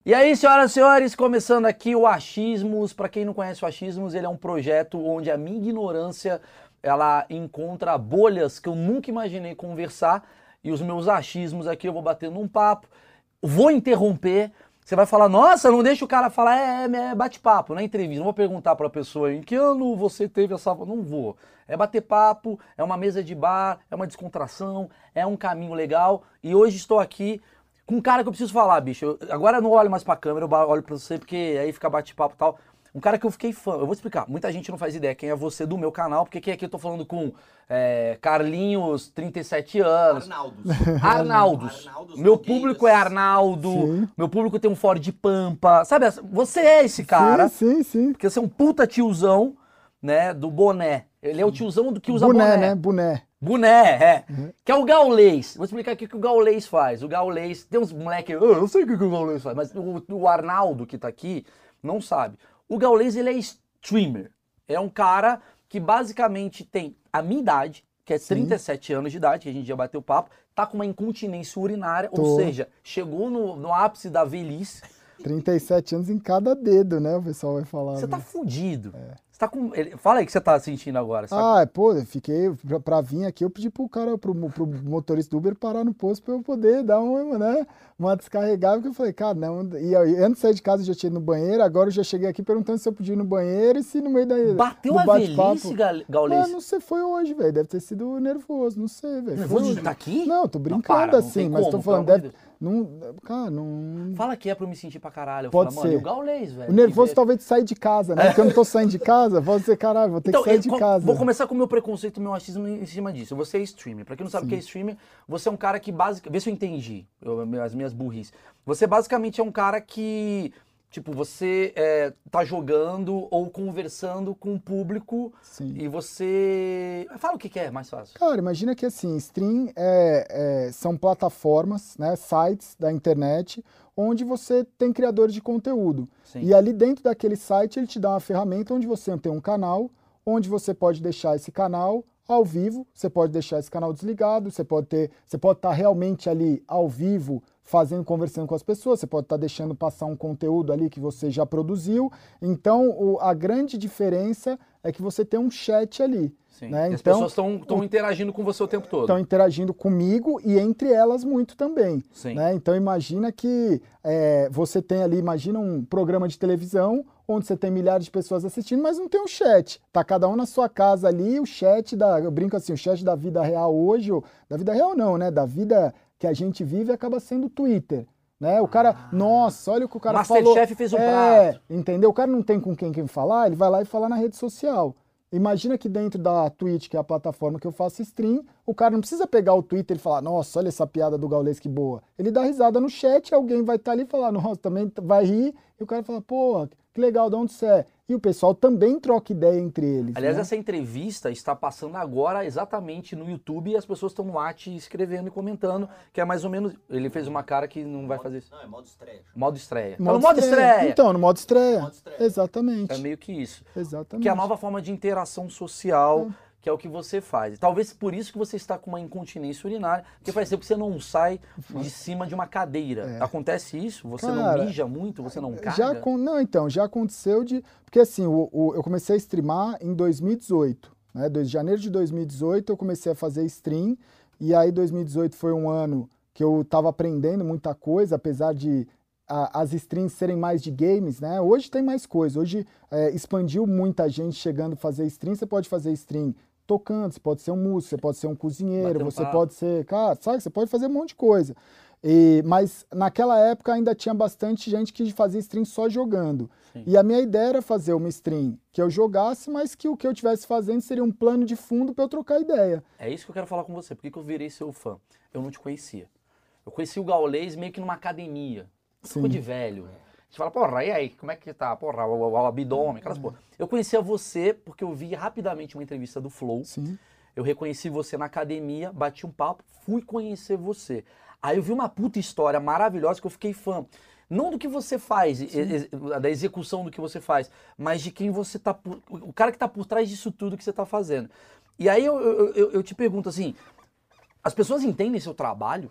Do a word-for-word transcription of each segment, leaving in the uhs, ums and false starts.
E aí, senhoras e senhores, começando aqui o Achismos. Para quem não conhece o Achismos, ele é um projeto onde a minha ignorância ela encontra bolhas que eu nunca imaginei conversar e os meus achismos aqui eu vou batendo um papo, vou interromper, você vai falar, nossa, não deixa o cara falar, é, é bate-papo, não é entrevista, não vou perguntar para a pessoa em que ano você teve essa... Não vou, é bater papo, é uma mesa de bar, é uma descontração, é um caminho legal e hoje estou aqui com um cara que eu preciso falar, bicho. Eu, agora eu não olho mais pra câmera, eu olho pra você, porque aí fica bate-papo e tal. Um cara que eu fiquei fã. Eu vou explicar. Muita gente não faz ideia quem é você do meu canal, porque quem aqui eu tô falando com é, Carlinhos, trinta e sete anos. Arnaldos. Arnaldos. Arnaldos Meu Nogueiras. público é Arnaldo. Sim. Meu público tem um Ford Pampa. Sabe, você é esse cara. Sim, sim, sim. Porque você é um puta tiozão, né, do boné. Ele é o tiozão do que usa boné, boné. né? Boné. Boné, é. Uhum. Que é o gaulês. Vou explicar aqui o que o gaulês faz. O gaulês, tem uns moleques, oh, eu sei o que o gaulês faz, mas o, o Arnaldo que tá aqui não sabe. O gaulês, ele é streamer. É um cara que basicamente tem a minha idade, que é trinta e sete Sim. anos de idade, que a gente já bateu papo, tá com uma incontinência urinária, Tô. ou seja, chegou no, no ápice da velhice. trinta e sete anos em cada dedo, né? O pessoal vai falar. Você né? tá fudido. É. Você tá com... Fala aí o que você tá sentindo agora. Você ah, tá... pô, eu fiquei, pra, pra vir aqui, eu pedi pro cara, pro, pro motorista do Uber parar no posto pra eu poder dar uma, né, uma descarregada, porque eu falei, cara, não, e antes de sair de casa eu já tinha ido no banheiro, agora eu já cheguei aqui perguntando se eu podia ir no banheiro e se no meio da... Bateu a velhice, Gaulês? Ah, não sei, foi hoje, velho, deve ter sido nervoso, não sei, velho. Nervoso de estar aqui? Não, tô brincando não, para, assim, mas como, tô falando, deve... Não, cara, não... Fala que é pra eu me sentir pra caralho. Eu Pode falo, ser. Mano, o Gaulês, velho. O nervoso talvez de sair de casa, né? Porque eu não tô saindo de casa, pode ser, caralho, vou ter então, que sair de com, casa. Vou começar com o meu preconceito e o meu achismo em cima disso. Você é streamer. Pra quem não sabe o que é streamer, você é um cara que basicamente... Vê se eu entendi eu, as minhas burris. Você basicamente é um cara que... Tipo, você é, tá jogando ou conversando com o público Sim. e você... Fala o que, que é mais fácil. Cara, imagina que assim, stream é, é, são plataformas, né, sites da internet, onde você tem criadores de conteúdo. Sim. E ali dentro daquele site ele te dá uma ferramenta onde você tem um canal, onde você pode deixar esse canal ao vivo, você pode deixar esse canal desligado, você pode ter, você pode estar realmente ali ao vivo, fazendo, conversando com as pessoas, você pode estar deixando passar um conteúdo ali que você já produziu. Então, o, a grande diferença é que você tem um chat ali. Sim. Né? E as então, pessoas estão interagindo com você o tempo todo. Estão interagindo comigo e entre elas muito também. Sim. Né? Então, imagina que é, você tem ali, imagina um programa de televisão onde você tem milhares de pessoas assistindo, mas não tem um chat. Tá cada um na sua casa ali, o chat da, eu brinco assim, o chat da vida real hoje, ou, da vida real não, né? Da vida que a gente vive acaba sendo o Twitter. Né? O cara, ah, nossa, olha o que o cara Master falou. Chef fez o é, prato. Entendeu? O cara não tem com quem, quem falar, ele vai lá e fala na rede social. Imagina que dentro da Twitch, que é a plataforma que eu faço stream, o cara não precisa pegar o Twitter e falar, nossa, olha essa piada do Gaulês, que boa. Ele dá risada no chat, alguém vai estar ali e falar, nossa, também vai rir, e o cara fala, pô, que legal, de onde você é? E o pessoal também troca ideia entre eles. Aliás, né? essa entrevista está passando agora exatamente no YouTube e as pessoas estão lá te escrevendo e comentando, que é mais ou menos... Ele fez uma cara que não vai fazer isso. Não, é modo estreia. Modo estreia. Modo, tá no modo estreia. estreia. Então, no modo estreia. modo estreia. Exatamente. É meio que isso. Exatamente. Que é a nova forma de interação social... É. Que é o que você faz. Talvez por isso que você está com uma incontinência urinária, porque faz tempo que você não sai de cima de uma cadeira. É. Acontece isso? Você Cara, não mija muito? Você não caga? Já, não, então, já aconteceu de... Porque assim, o, o, eu comecei a streamar em dois mil e dezoito. Né? De janeiro de dois mil e dezoito eu comecei a fazer stream, e aí dois mil e dezoito foi um ano que eu estava aprendendo muita coisa, apesar de... A, as streams serem mais de games, né? Hoje tem mais coisa. Hoje é, expandiu muita gente chegando a fazer stream. Você pode fazer stream tocando, você pode ser um músico, você pode ser um cozinheiro, Bateu você papo. pode ser... Cara, sabe? Você pode fazer um monte de coisa. E, mas naquela época ainda tinha bastante gente que fazia stream só jogando. Sim. E a minha ideia era fazer uma stream que eu jogasse, mas que o que eu estivesse fazendo seria um plano de fundo para eu trocar ideia. É isso que eu quero falar com você. Por que, que eu virei seu fã? Eu não te conhecia. Eu conheci o Gaulês meio que numa academia. Ficou de velho. A gente fala, porra, e aí, como é que tá? Porra, o, o, o abdômen, aquelas porra. Eu conhecia você porque eu vi rapidamente uma entrevista do Flow. Sim. Eu reconheci você na academia, bati um papo, fui conhecer você. Aí eu vi uma puta história maravilhosa que eu fiquei fã. Não do que você faz, e, da execução do que você faz, mas de quem você tá... Por, o cara que tá por trás disso tudo que você tá fazendo. E aí eu, eu, eu, eu te pergunto assim, as pessoas entendem seu trabalho?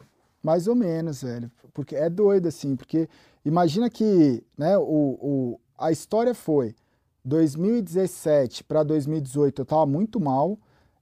Mais ou menos, velho. Porque é doido, assim, porque imagina que, né, o, o, a história foi dois mil e dezessete para dois mil e dezoito eu tava muito mal,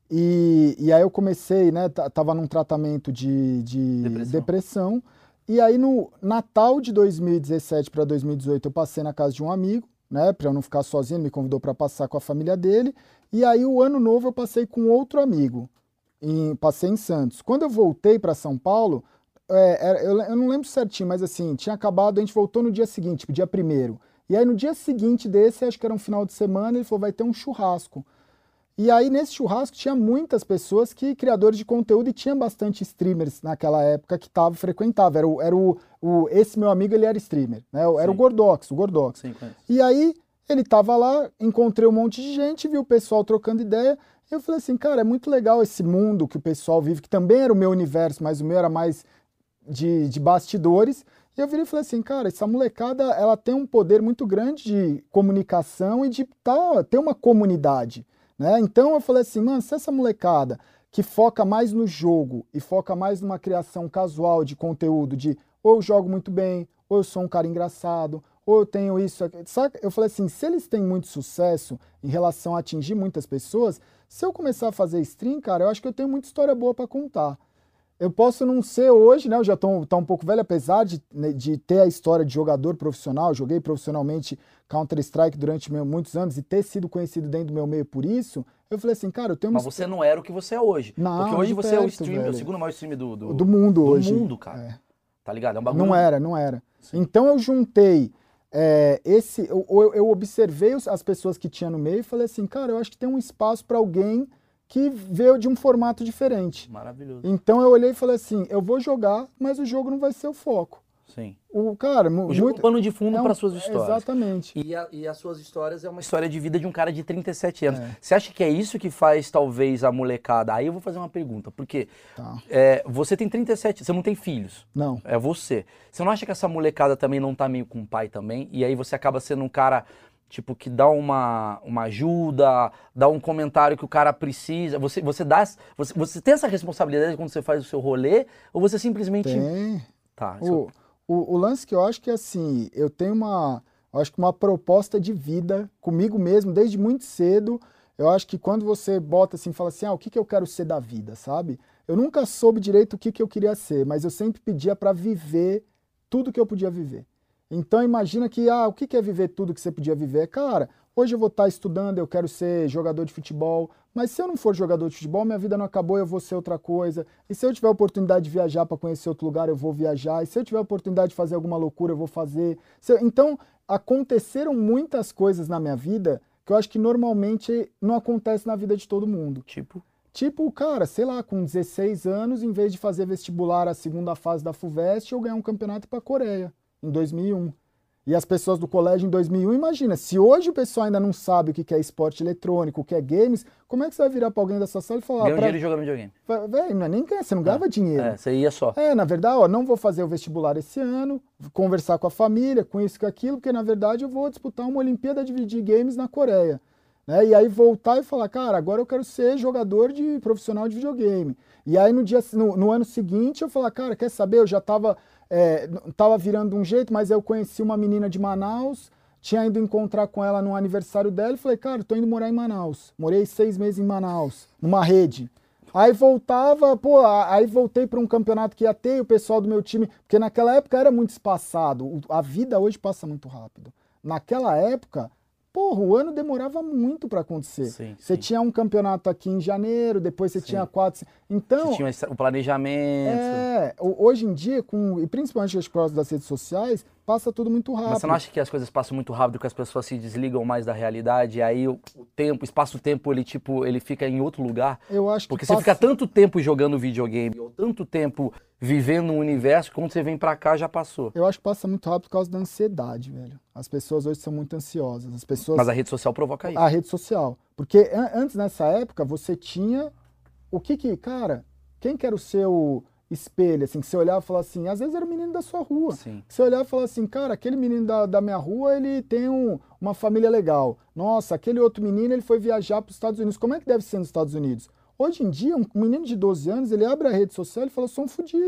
e, e aí eu comecei, né, tava num tratamento de, de Depressão. depressão, e aí no Natal de dois mil e dezessete para dois mil e dezoito eu passei na casa de um amigo, né, para eu não ficar sozinho, ele me convidou para passar com a família dele, e aí o ano novo eu passei com outro amigo, em, passei em Santos. Quando eu voltei para São Paulo, é, era, eu, eu não lembro certinho, mas assim, tinha acabado, a gente voltou no dia seguinte, tipo, dia primeiro. E aí no dia seguinte desse, acho que era um final de semana, ele falou, vai ter um churrasco. E aí nesse churrasco tinha muitas pessoas que, criadores de conteúdo, e tinha bastante streamers naquela época que tava, frequentava. Era o, era o, o, esse meu amigo, ele era streamer, né? Era Sim. o Gordox, o Gordox. Sim, conheço. E aí ele tava lá, encontrei um monte de gente, vi o pessoal trocando ideia, e eu falei assim, cara, é muito legal esse mundo que o pessoal vive, que também era o meu universo, mas o meu era mais de, de bastidores. E eu virei e falei assim, cara, essa molecada, ela tem um poder muito grande de comunicação e de tá, ter uma comunidade, né? Então eu falei assim, mano, se essa molecada que foca mais no jogo e foca mais numa criação casual de conteúdo, de ou eu jogo muito bem, ou eu sou um cara engraçado, ou eu tenho isso, sabe? Eu falei assim, se eles têm muito sucesso em relação a atingir muitas pessoas, se eu começar a fazer stream, cara, eu acho que eu tenho muita história boa para contar. Eu posso não ser hoje, né? Eu já estou tá um pouco velho, apesar de, de ter a história de jogador profissional, joguei profissionalmente Counter-Strike durante meu, muitos anos e ter sido conhecido dentro do meu meio por isso. Eu falei assim, cara, eu tenho uma... Mas você não era o que você é hoje. Não, porque hoje você perto, é o streamer, velho. o segundo maior streamer do, do, do mundo do hoje. Do mundo, cara. É. Tá ligado? É um bagulho... Não era, não era. Sim. Então eu juntei é, esse... Eu, eu observei as pessoas que tinha no meio e falei assim, cara, eu acho que tem um espaço para alguém que veio de um formato diferente. Maravilhoso. Então eu olhei e falei assim, eu vou jogar, mas o jogo não vai ser o foco. Sim. O cara, o muito... jogo é um pano de fundo é um... para suas histórias. Exatamente. E, a, e as suas histórias é uma história de vida de um cara de trinta e sete anos. É. Você acha que é isso que faz talvez a molecada? Aí eu vou fazer uma pergunta, porque Tá. é, você tem trinta e sete, você não tem filhos. Não. É você. Você não acha que essa molecada também não tá meio com o pai também? E aí você acaba sendo um cara... tipo, que dá uma, uma ajuda, dá um comentário que o cara precisa. Você, você, dá, você, você tem essa responsabilidade quando você faz o seu rolê? Ou você simplesmente... Tem. Tá. O, Isso... o, o lance que eu acho que é assim, eu tenho uma, eu acho que uma proposta de vida comigo mesmo, desde muito cedo. Eu acho que quando você bota assim, fala assim, ah, o que, que eu quero ser da vida, sabe? Eu nunca soube direito o que, que eu queria ser, mas eu sempre pedia para viver tudo que eu podia viver. Então imagina que, ah, o que é viver tudo que você podia viver? Cara, hoje eu vou estar estudando, eu quero ser jogador de futebol, mas se eu não for jogador de futebol, minha vida não acabou, eu vou ser outra coisa. E se eu tiver a oportunidade de viajar para conhecer outro lugar, eu vou viajar. E se eu tiver a oportunidade de fazer alguma loucura, eu vou fazer. Eu... Então, aconteceram muitas coisas na minha vida que eu acho que normalmente não acontece na vida de todo mundo. Tipo? Tipo, cara, sei lá, com dezesseis anos, em vez de fazer vestibular a segunda fase da FUVEST, eu ganhar um campeonato para a Coreia. Em dois mil e um. E as pessoas do colégio em dois mil e um, imagina, se hoje o pessoal ainda não sabe o que é esporte eletrônico, o que é games, como é que você vai virar pra alguém da sua sala e falar... Ganha um pra... dinheiro jogando videogame. Velho, não é nem ganhar, você não ganhava é, dinheiro. É, você ia só. É, na verdade, ó, não vou fazer o vestibular esse ano, conversar com a família, com isso, com aquilo, porque na verdade eu vou disputar uma Olimpíada de, de Games na Coreia. Né? E aí voltar e falar, cara, agora eu quero ser jogador de profissional de videogame. E aí no, dia, no, no ano seguinte eu falar, cara, quer saber, eu já tava... É, tava virando um jeito, mas eu conheci uma menina de Manaus, tinha ido encontrar com ela no aniversário dela e falei, cara, tô indo morar em Manaus. Morei seis meses em Manaus, numa rede. Aí voltava, pô, aí voltei para um campeonato que ia ter, e o pessoal do meu time, porque naquela época era muito espaçado, a vida hoje passa muito rápido. Naquela época, porra, o ano demorava muito para acontecer. Sim, você sim. tinha um campeonato aqui em janeiro, depois você Sim. tinha quatro... Então, você tinha o planejamento. É, hoje em dia, com, e principalmente as provas das redes sociais, passa tudo muito rápido. Mas você não acha que as coisas passam muito rápido, que as pessoas se desligam mais da realidade, e aí o, o tempo, o espaço-tempo, ele tipo, ele fica em outro lugar? Eu acho que Porque passa... você fica tanto tempo jogando videogame, ou tanto tempo vivendo um universo, que quando você vem pra cá já passou. Eu acho que passa muito rápido por causa da ansiedade, velho. As pessoas hoje são muito ansiosas. As pessoas... Mas a rede social provoca isso. A rede social. Porque antes, nessa época, você tinha o que que, cara, quem que era o seu espelho, assim, que você olhava e falava assim, às vezes era o menino da sua rua. Sim. Você olhava e falava assim, cara, aquele menino da, da minha rua, ele tem um, uma família legal. Nossa, aquele outro menino, ele foi viajar para os Estados Unidos. Como é que deve ser nos Estados Unidos? Hoje em dia, um menino de doze anos, ele abre a rede social e fala, sou um fudido.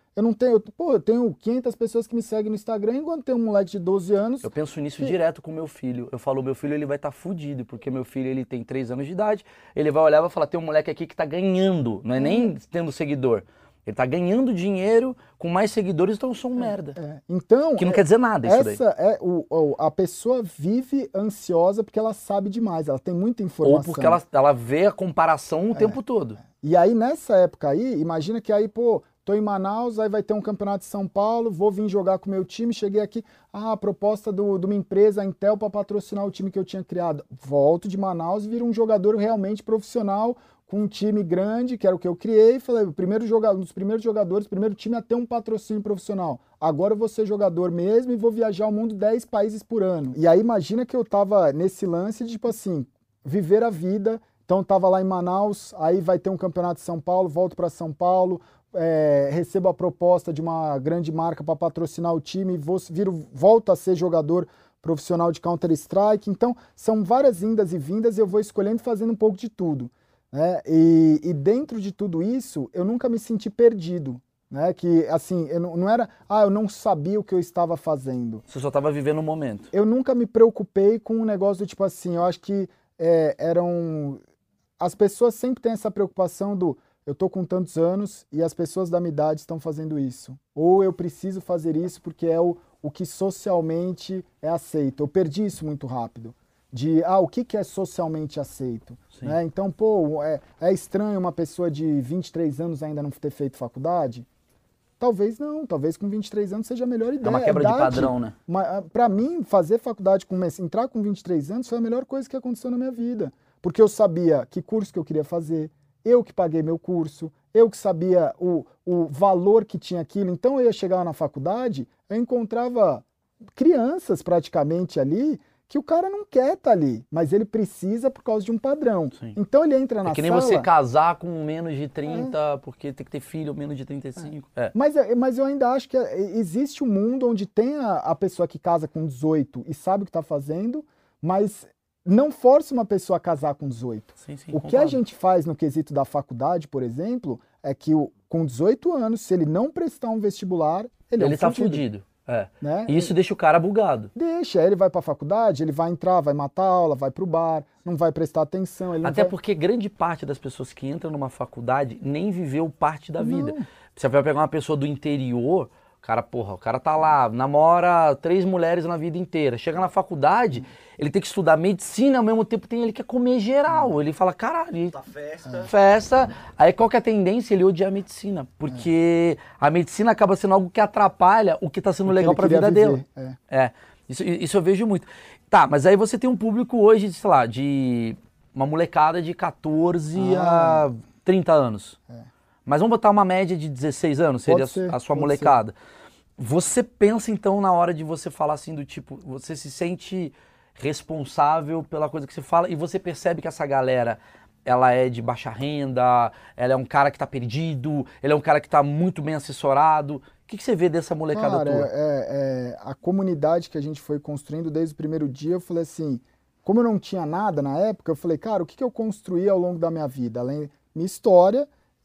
Eu não tenho, pô, eu tenho quinhentas pessoas que me seguem no Instagram, enquanto tem um moleque de doze anos... Eu penso nisso que... direto com meu filho. Eu falo, meu filho ele vai estar tá fudido, porque meu filho ele tem três anos de idade, ele vai olhar e vai falar, tem um moleque aqui que tá ganhando, não é nem tendo seguidor. Ele tá ganhando dinheiro com mais seguidores, então eu sou um merda. É. Então, que não é, quer dizer nada isso essa daí. É o, o, a pessoa vive ansiosa porque ela sabe demais, ela tem muita informação. Ou porque ela, ela vê a comparação o é. tempo todo. E aí, nessa época aí, imagina que aí, pô, tô em Manaus, aí vai ter um campeonato de São Paulo, vou vir jogar com o meu time, cheguei aqui, ah, a proposta do, de uma empresa, a Intel, para patrocinar o time que eu tinha criado. Volto de Manaus e viro um jogador realmente profissional, com um time grande, que era o que eu criei, falei, o primeiro jogador, um dos primeiros jogadores, o primeiro time a ter um patrocínio profissional. Agora eu vou ser jogador mesmo e vou viajar o mundo dez países por ano. E aí imagina que eu tava nesse lance de, tipo assim, viver a vida. Então tava lá em Manaus, aí vai ter um campeonato de São Paulo, volto para São Paulo, é, recebo a proposta de uma grande marca para patrocinar o time, vou, viro, volto a ser jogador profissional de Counter-Strike. Então são várias indas e vindas e eu vou escolhendo e fazendo um pouco de tudo. Né? E, e dentro de tudo isso, eu nunca me senti perdido, né? Que assim, eu não, não era, ah, eu não sabia o que eu estava fazendo. Você só estava vivendo o momento. Eu nunca me preocupei com um negócio do tipo assim, eu acho que é, eram... As pessoas sempre têm essa preocupação do, eu tô com tantos anos e as pessoas da minha idade estão fazendo isso. Ou eu preciso fazer isso porque é o, o que socialmente é aceito. Eu perdi isso muito rápido. De, ah, o que, que é socialmente aceito? Né? Então, pô, é, é estranho uma pessoa de vinte e três anos ainda não ter feito faculdade? Talvez não, talvez com vinte e três anos seja a melhor ideia. É uma quebra idade, de padrão, né? Para mim, fazer faculdade, com, entrar com vinte e três anos foi a melhor coisa que aconteceu na minha vida. Porque eu sabia que curso que eu queria fazer, eu que paguei meu curso, eu que sabia o, o valor que tinha aquilo. Então eu ia chegar na faculdade, eu encontrava crianças praticamente ali, que o cara não quer estar ali, mas ele precisa por causa de um padrão. Sim. Então ele entra na sala... É que nem sala, você casar com menos de trinta, é. porque tem que ter filho menos de trinta e cinco. É. É. Mas, mas eu ainda acho que existe um mundo onde tem a, a pessoa que casa com dezoito e sabe o que está fazendo, mas não força uma pessoa a casar com dezoito. Sim, sim, o concordo. que a gente faz no quesito da faculdade, por exemplo, é que o, com dezoito anos, se ele não prestar um vestibular, ele, ele é um tá fudido. fudido. É. Né? E isso deixa o cara bugado. Deixa, aí ele vai pra faculdade, ele vai entrar, vai matar a aula, vai pro bar, não vai prestar atenção. Ele não Até vai... porque grande parte das pessoas que entram numa faculdade nem viveu parte da vida. Não. Você vai pegar uma pessoa do interior, o cara, porra, o cara tá lá, namora três mulheres na vida inteira. Chega na faculdade, ele tem que estudar medicina, ao mesmo tempo tem ele quer comer geral. Ele fala, caralho, tá festa. festa. Aí qual que é a tendência? Ele odia a medicina. Porque é. a medicina acaba sendo algo que atrapalha o que tá sendo o legal pra vida viver. dele. É. é. Isso, isso eu vejo muito. Tá, mas aí você tem um público hoje, sei lá, de uma molecada de catorze ah. a trinta anos. É. Mas vamos botar uma média de dezesseis anos, seria ser, a sua molecada. Ser. Você pensa então na hora de você falar assim do tipo, você se sente responsável pela coisa que você fala e você percebe que essa galera, ela é de baixa renda, ela é um cara que tá perdido, ele é um cara que tá muito bem assessorado. O que, que você vê dessa molecada cara, tua? É, é, a comunidade que a gente foi construindo desde o primeiro dia, eu falei assim, como eu não tinha nada na época, eu falei, cara, o que, que eu construí ao longo da minha vida? Além da minha história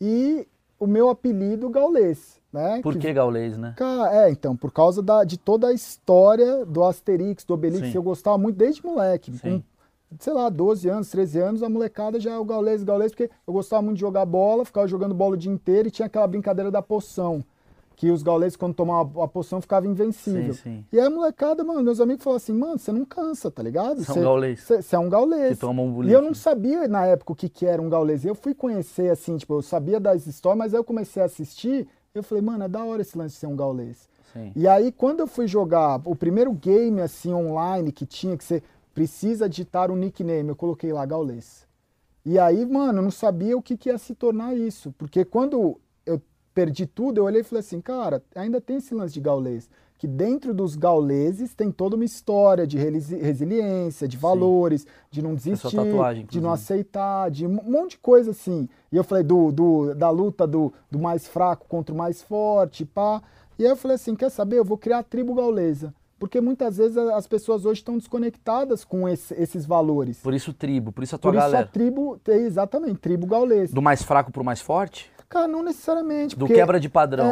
e o meu apelido gaulês. Né? Por que, que gaulês, né? É, então, por causa da, de toda a história do Asterix, do Obelix, Sim. eu gostava muito desde moleque. Sim. Com, sei lá, doze anos, treze anos, a molecada já é o gaulês, gaulês, porque eu gostava muito de jogar bola, ficava jogando bola o dia inteiro e tinha aquela brincadeira da poção. Que os gauleses, quando tomavam a poção, ficavam invencíveis. Sim, sim. E aí a molecada, mano, meus amigos falaram assim, mano, você não cansa, tá ligado? Você é um gaulês. Você é um gaulês. Que toma um e eu não sabia na época o que, que era um gaulês. Eu fui conhecer, assim, tipo, eu sabia das histórias, mas aí eu comecei a assistir, eu falei, mano, é da hora esse lance de ser um gaulês. Sim. E aí, quando eu fui jogar o primeiro game, assim, online, que tinha que você precisa digitar um nickname, eu coloquei lá gaulês. E aí, mano, eu não sabia o que, que ia se tornar isso. Porque quando eu perdi tudo, eu olhei e falei assim, cara, ainda tem esse lance de gaulês. Que dentro dos gauleses tem toda uma história de resi resiliência, de valores, Sim. de não desistir, tatuagem, de não aceitar, de um monte de coisa assim. E eu falei do, do, da luta do, do mais fraco contra o mais forte, pá. E aí eu falei assim, quer saber, eu vou criar a tribo gaulesa. Porque muitas vezes as pessoas hoje estão desconectadas com esse, esses valores. Por isso tribo, por isso a tua por galera. Por isso a tribo, exatamente, tribo gaulesa. Do mais fraco pro mais forte? Cara, não necessariamente. Do quebra de padrão. É.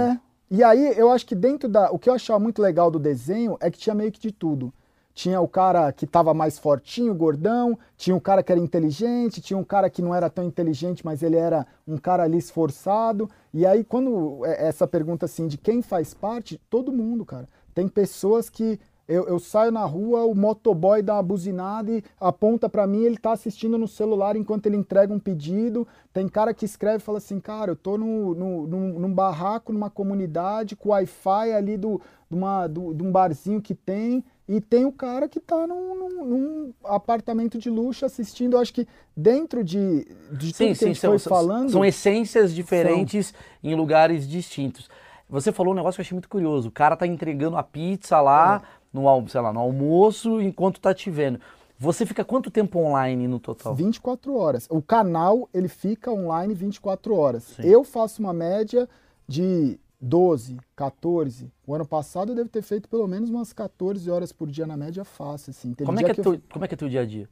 E aí eu acho que dentro da... O que eu achava muito legal do desenho é que tinha meio que de tudo. Tinha o cara que estava mais fortinho, gordão, tinha um cara que era inteligente, tinha um cara que não era tão inteligente, mas ele era um cara ali esforçado. E aí quando essa pergunta assim de quem faz parte, todo mundo, cara. Tem pessoas que eu, eu saio na rua, o motoboy dá uma buzinada e aponta para mim, ele tá assistindo no celular enquanto ele entrega um pedido. Tem cara que escreve e fala assim, cara, eu tô no, no, num, num barraco, numa comunidade, com Wi-Fi ali do, de, uma, do, de um barzinho que tem, e tem o cara que tá num, num, num apartamento de luxo assistindo. Eu acho que dentro de, de sim, tudo sim, que a gente são, foi são, falando... São essências diferentes são. Em lugares distintos. Você falou um negócio que eu achei muito curioso. O cara tá entregando a pizza lá, é. no, sei lá, no almoço, enquanto tá te vendo. Você fica quanto tempo online no total? vinte e quatro horas. O canal, ele fica online vinte e quatro horas. Sim. Eu faço uma média de doze, quatorze. O ano passado eu devo ter feito pelo menos umas quatorze horas por dia na média fácil. Assim. Como é, que é teu, eu... como é que é teu dia a dia?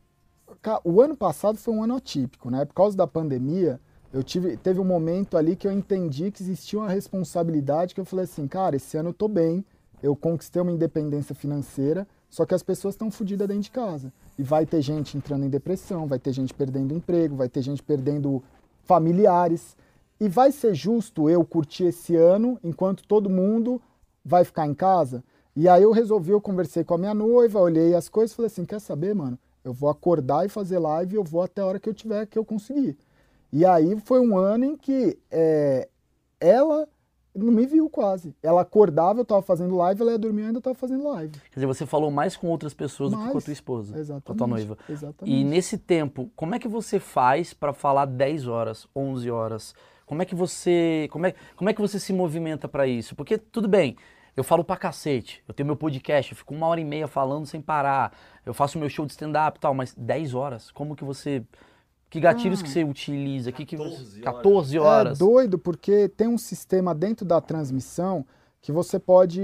O ano passado foi um ano atípico, né? Por causa da pandemia, eu tive, teve um momento ali que eu entendi que existia uma responsabilidade, que eu falei assim, cara, esse ano eu tô bem, eu conquistei uma independência financeira, só que as pessoas estão fodidas dentro de casa. E vai ter gente entrando em depressão, vai ter gente perdendo emprego, vai ter gente perdendo familiares. E vai ser justo eu curtir esse ano enquanto todo mundo vai ficar em casa? E aí eu resolvi, eu conversei com a minha noiva, olhei as coisas e falei assim, quer saber, mano? Eu vou acordar e fazer live e eu vou até a hora que eu tiver, que eu conseguir. E aí foi um ano em que é, ela não me viu quase. Ela acordava, eu estava fazendo live, ela ia dormir, eu ainda estava fazendo live. Quer dizer, você falou mais com outras pessoas mais, do que com a tua esposa, exatamente, com a tua noiva. Exatamente. E nesse tempo, como é que você faz para falar dez horas, onze horas? Como é que você, como é, como é que você se movimenta para isso? Porque, tudo bem, eu falo pra cacete, eu tenho meu podcast, eu fico uma hora e meia falando sem parar, eu faço meu show de stand-up e tal, mas dez horas, como que você... Que gatilhos ah, que você utiliza? Que que você... quatorze horas. É doido, porque tem um sistema dentro da transmissão que você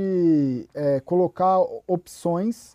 pode é, colocar opções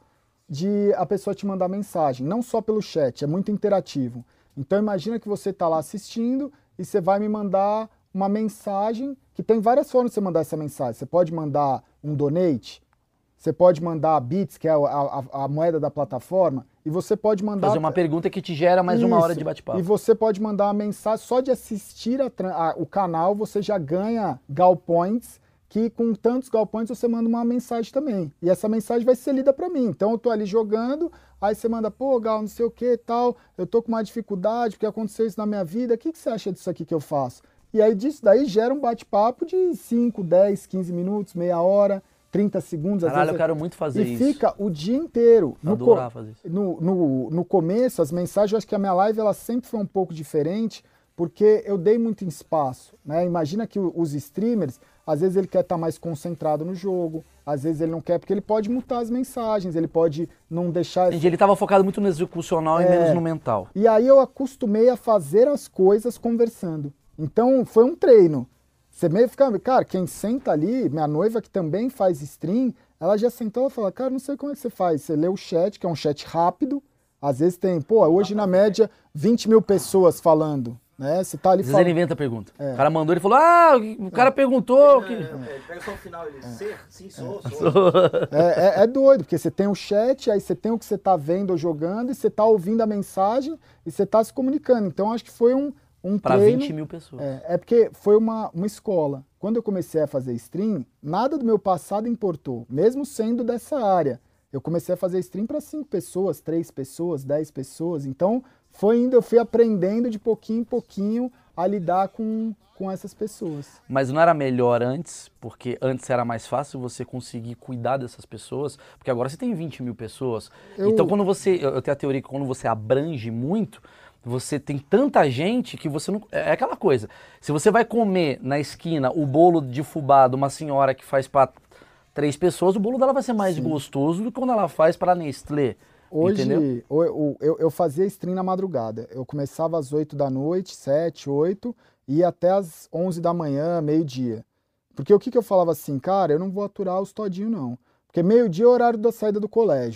de a pessoa te mandar mensagem, não só pelo chat, é muito interativo. Então imagina que você está lá assistindo e você vai me mandar uma mensagem, que tem várias formas de você mandar essa mensagem. Você pode mandar um donate, você pode mandar bits, que é a, a, a moeda da plataforma, e você pode mandar... Fazer uma pergunta que te gera mais Isso. uma hora de bate-papo. E você pode mandar uma mensagem, só de assistir a, a, o canal, você já ganha Gal Points, que com tantos Gal Points você manda uma mensagem também. E essa mensagem vai ser lida para mim. Então eu tô ali jogando, aí você manda, pô, Gal, não sei o que e tal, eu tô com uma dificuldade, porque aconteceu isso na minha vida, o que, que você acha disso aqui que eu faço? E aí disso daí gera um bate-papo de cinco, dez, quinze minutos, meia hora... trinta segundos. Caralho, às vezes, eu quero muito fazer e isso. E fica o dia inteiro. Eu no, adorar fazer isso. No, no, no começo, as mensagens, eu acho que a minha live ela sempre foi um pouco diferente, porque eu dei muito espaço. Né? Imagina que os streamers, às vezes ele quer estar mais concentrado no jogo, às vezes ele não quer, porque ele pode mutar as mensagens, ele pode não deixar... Entendi, ele estava focado muito no execucional é, e menos no mental. E aí eu acostumei a fazer as coisas conversando. Então foi um treino. Você meio fica, cara, quem senta ali, minha noiva que também faz stream, ela já sentou e falou, cara, não sei como é que você faz. Você lê o chat, que é um chat rápido, às vezes tem, pô, hoje na média, vinte mil pessoas falando, né? Você tá ali Às vezes falando... ele inventa a pergunta. É. O cara mandou, ele falou, ah, o cara é. perguntou... Ele, que... é, ele pega só o final, ele, é. ser? Sim, sou, é. sou. É, é, é doido, porque você tem o chat, aí você tem o que você tá vendo ou jogando, e você tá ouvindo a mensagem, e você tá se comunicando. Então, acho que foi um... Um para vinte mil pessoas. É, é porque foi uma, uma escola. Quando eu comecei a fazer stream, nada do meu passado importou, mesmo sendo dessa área. Eu comecei a fazer stream para cinco pessoas, três pessoas, dez pessoas. Então, foi indo, eu fui aprendendo de pouquinho em pouquinho a lidar com, com essas pessoas. Mas não era melhor antes? Porque antes era mais fácil você conseguir cuidar dessas pessoas? Porque agora você tem vinte mil pessoas. Eu... Então, quando você... Eu tenho a teoria que quando você abrange muito... Você tem tanta gente que você não... É aquela coisa. Se você vai comer na esquina o bolo de fubá de uma senhora que faz para três pessoas, o bolo dela vai ser mais Sim. gostoso do que quando ela faz para Nestlé. Hoje, entendeu? Eu, eu, eu fazia stream na madrugada. Eu começava às oito da noite, sete, oito, e ia até às onze da manhã, meio-dia. Porque o que, que eu falava assim, cara, eu não vou aturar os todinhos, não. Porque meio-dia é o horário da saída do colégio.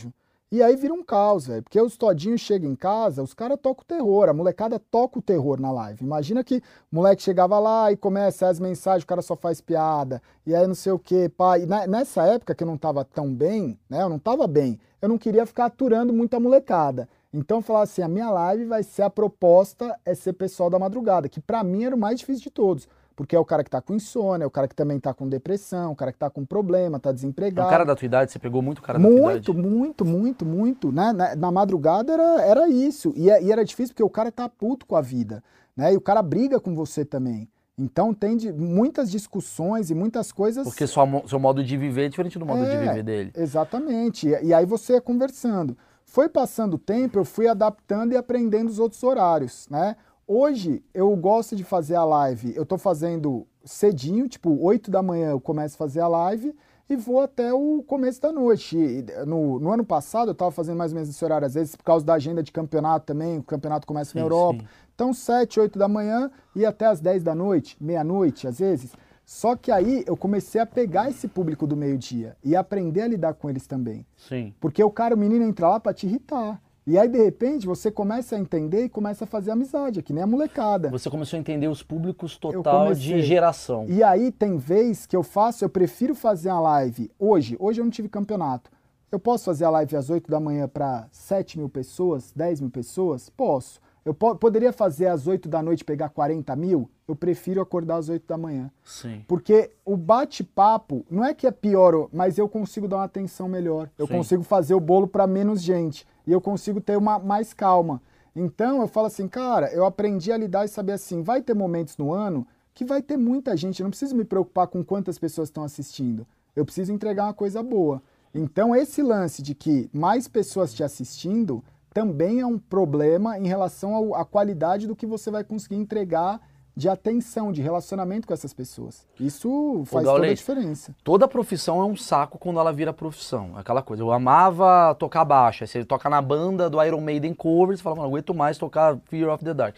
E aí vira um caos, velho, porque os todinhos chegam em casa, os caras tocam o terror, a molecada toca o terror na live. Imagina que o moleque chegava lá e começa as mensagens, o cara só faz piada, e aí não sei o quê, pá. E na, nessa época que eu não tava tão bem, né, eu não tava bem, eu não queria ficar aturando muita molecada. Então eu falava assim, a minha live vai ser, a proposta é ser pessoal da madrugada, que pra mim era o mais difícil de todos. Porque é o cara que tá com insônia, é o cara que também tá com depressão, o cara que tá com problema, tá desempregado. O cara da tua idade, você pegou muito cara da tua idade? Muito, muito, muito, muito, né? Na, na madrugada era, era isso. E, e era difícil porque o cara tá puto com a vida, né? E o cara briga com você também. Então tem de, muitas discussões e muitas coisas... Porque sua, seu modo de viver é diferente do modo é, de viver dele. Exatamente. E, e aí você ia conversando. Foi passando o tempo, eu fui adaptando e aprendendo os outros horários, né? Hoje eu gosto de fazer a live, eu tô fazendo cedinho, tipo oito da manhã eu começo a fazer a live e vou até o começo da noite. No, no ano passado eu tava fazendo mais ou menos esse horário, às vezes por causa da agenda de campeonato também, o campeonato começa sim, na Europa. Sim. Então sete, oito da manhã e até as dez da noite, meia-noite às vezes. Só que aí eu comecei a pegar esse público do meio-dia e aprender a lidar com eles também. Sim. Porque o cara, o menino entra lá pra te irritar. E aí, de repente, você começa a entender e começa a fazer amizade, que nem a molecada. Você começou a entender os públicos total de geração. E aí, tem vez que eu faço, eu prefiro fazer a live hoje. Hoje eu não tive campeonato. Eu posso fazer a live às oito da manhã para sete mil pessoas, dez mil pessoas? Posso. Eu po poderia fazer às oito da noite e pegar quarenta mil? Eu prefiro acordar às oito da manhã. Sim. Porque o bate-papo não é que é pior, mas eu consigo dar uma atenção melhor. Eu Sim. consigo fazer o bolo para menos gente. E eu consigo ter uma mais calma. Então eu falo assim, cara, eu aprendi a lidar e saber assim, vai ter momentos no ano que vai ter muita gente. Eu não preciso me preocupar com quantas pessoas estão assistindo. Eu preciso entregar uma coisa boa. Então esse lance de que mais pessoas te assistindo também é um problema em relação ao, à qualidade do que você vai conseguir entregar de atenção, de relacionamento com essas pessoas. Isso faz Ô, toda a diferença. Toda profissão é um saco quando ela vira profissão. Aquela coisa, eu amava tocar baixo. Aí você toca na banda do Iron Maiden cover, você fala, mano, não aguento mais tocar Fear of the Dark.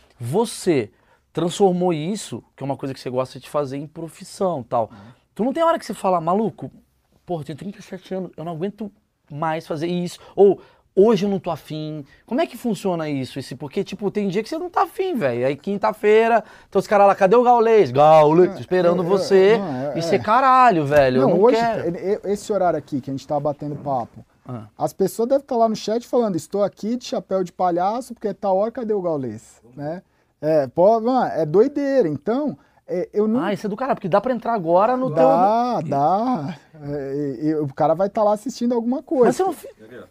Você transformou isso, que é uma coisa que você gosta de fazer, em profissão tal. Uhum. Tu não tem hora que você fala, maluco, pô, eu tenho trinta e sete anos, eu não aguento mais fazer isso. Ou... hoje eu não tô afim. Como é que funciona isso? Esse, porque, tipo, tem dia que você não tá afim, velho. Aí quinta-feira, então os caras lá, cadê o Gaulês? Gaulês, esperando é, você. É, é, e você, caralho, velho, não, eu não hoje, quero. Esse horário aqui que a gente tá batendo papo, ah. as pessoas devem estar lá no chat falando, estou aqui de chapéu de palhaço, porque tá hora, cadê o Gaulês? Né? É, pô, mano, é doideira. Então, é, eu não... Ah, isso é do cara, porque dá pra entrar agora no dá, teu... Dá, dá. É, e, e, o cara vai estar tá lá assistindo alguma coisa. Mas você não...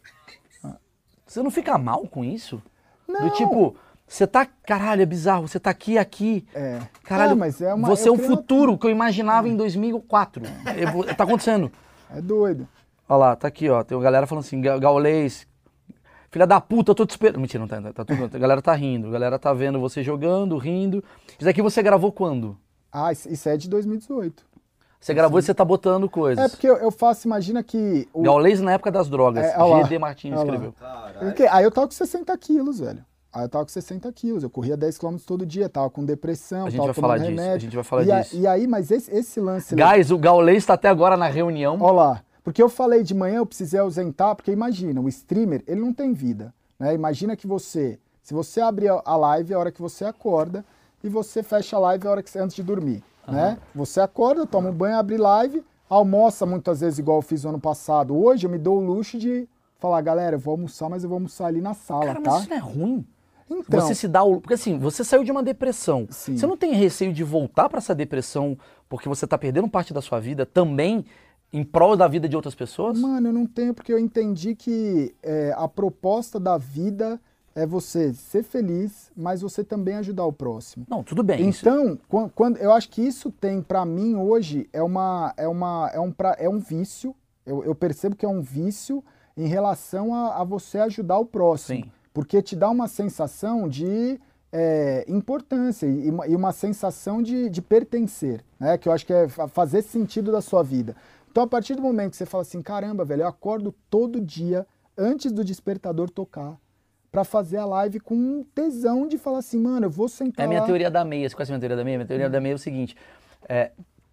Você não fica mal com isso? Não. Do tipo, você tá, caralho, é bizarro, você tá aqui, aqui. É. Caralho, é, mas é uma, você é o creio... futuro que eu imaginava é. em dois mil e quatro. É, tá acontecendo. É doido. Olha lá, tá aqui, ó. Tem uma galera falando assim, Gaulês, filha da puta, eu tô te esperando. Mentira, não tá, tá, tá tudo. A galera tá rindo, a galera tá vendo você jogando, rindo. Isso daqui você gravou quando? Ah, isso é de dois mil e dezoito. Você gravou e você tá botando coisas. É porque eu, eu faço, imagina que... O... Gaulês na época das drogas, é, G D Martins escreveu. Porque, aí eu tava com sessenta quilos, velho. Aí eu tava com sessenta quilos, eu corria dez quilômetros todo dia, tava com depressão, a gente tava vai falar tomando disso, remédio. A gente vai falar e disso. A, e aí, mas esse, esse lance... Guys, o Gaulês tá até agora na reunião. Olha lá, porque eu falei de manhã, eu precisei ausentar, porque imagina, o streamer, ele não tem vida, né? Imagina que você, se você abre a live é a hora que você acorda, e você fecha a live a hora que você, antes de dormir, uhum. né? Você acorda, toma um banho, abre live... almoça muitas vezes igual eu fiz no ano passado. Hoje eu me dou o luxo de falar, galera, eu vou almoçar, mas eu vou almoçar ali na sala, cara, tá? Mas isso não é ruim? Então, você se dá o... Porque assim, você saiu de uma depressão. Sim. Você não tem receio de voltar para essa depressão porque você tá perdendo parte da sua vida também em prol da vida de outras pessoas? Mano, eu não tenho, porque eu entendi que é, a proposta da vida é você ser feliz, mas você também ajudar o próximo. Não, tudo bem. Então, isso... quando, eu acho que isso tem, pra mim, hoje, é, uma, é, uma, é, um, pra, é um vício. Eu, eu percebo que é um vício em relação a, a você ajudar o próximo. Sim. Porque te dá uma sensação de é, importância e uma, e uma sensação de, de pertencer, né? Que eu acho que é fazer sentido da sua vida. Então, a partir do momento que você fala assim, caramba, velho, eu acordo todo dia antes do despertador tocar, pra fazer a live com um tesão de falar assim, mano, eu vou sentar É a minha lá. teoria da meia. Você conhece a minha teoria da meia? Minha teoria hum. da meia é o seguinte, é,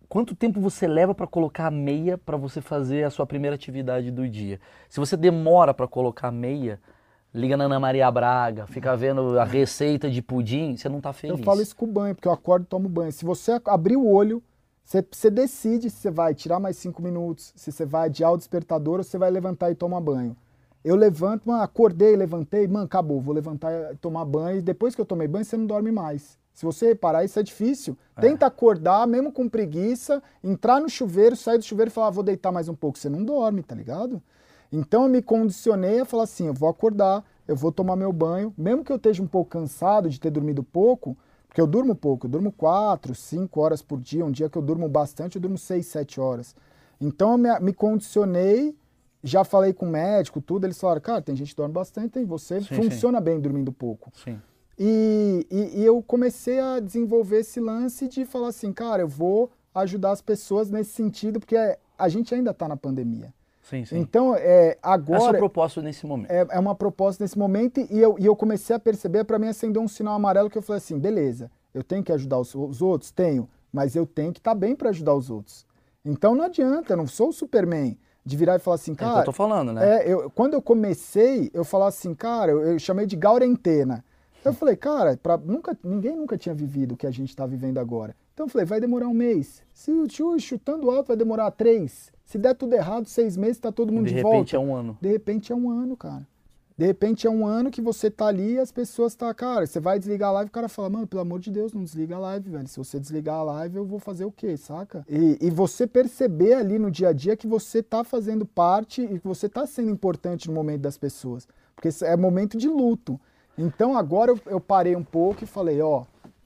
quanto tempo você leva para colocar a meia para você fazer a sua primeira atividade do dia? Se você demora para colocar a meia, liga na Ana Maria Braga, fica vendo a receita de pudim, você não tá feliz. Eu falo isso com o banho, porque eu acordo e tomo banho. Se você abrir o olho, você, você decide se você vai tirar mais cinco minutos, se você vai adiar o despertador ou se você vai levantar e tomar banho. Eu levanto, mano, acordei, levantei, mano, acabou, vou levantar e tomar banho. E depois que eu tomei banho, você não dorme mais. Se você reparar, isso é difícil. É. Tenta acordar, mesmo com preguiça, entrar no chuveiro, sair do chuveiro e falar, ah, vou deitar mais um pouco. Você não dorme, tá ligado? Então eu me condicionei a falar assim, eu vou acordar, eu vou tomar meu banho, mesmo que eu esteja um pouco cansado de ter dormido pouco, porque eu durmo pouco, eu durmo quatro, cinco horas por dia, um dia que eu durmo bastante, eu durmo seis, sete horas. Então eu me, me condicionei, já falei com o médico, tudo, eles falaram, cara, tem gente que dorme bastante, tem você, sim, funciona sim. bem dormindo pouco. Sim. E, e, e eu comecei a desenvolver esse lance de falar assim, cara, eu vou ajudar as pessoas nesse sentido, porque a gente ainda está na pandemia. Sim, sim. Então, é, agora... Essa é a proposta nesse momento. É, é uma proposta nesse momento e eu, e eu comecei a perceber, para mim acendeu um sinal amarelo que eu falei assim, beleza, eu tenho que ajudar os, os outros? Tenho, mas eu tenho que estar tá bem para ajudar os outros. Então não adianta, eu não sou o Superman de virar e falar assim, cara... É o que eu tô falando, né? É, eu, quando eu comecei, eu falava assim, cara, eu, eu chamei de gaurentena. Eu falei, cara, pra, nunca, ninguém nunca tinha vivido o que a gente está vivendo agora. Então eu falei, vai demorar um mês. Se o tio chutando alto vai demorar três. Se der tudo errado, seis meses, tá todo mundo de, de volta. De repente é um ano. De repente é um ano, cara. De repente é um ano que você tá ali e as pessoas tá, cara, você vai desligar a live e o cara fala, mano, pelo amor de Deus, não desliga a live, velho. Se você desligar a live, eu vou fazer o quê, saca? E, e você perceber ali no dia a dia que você tá fazendo parte e que você tá sendo importante no momento das pessoas. Porque é momento de luto. Então agora eu, eu parei um pouco e falei, ó,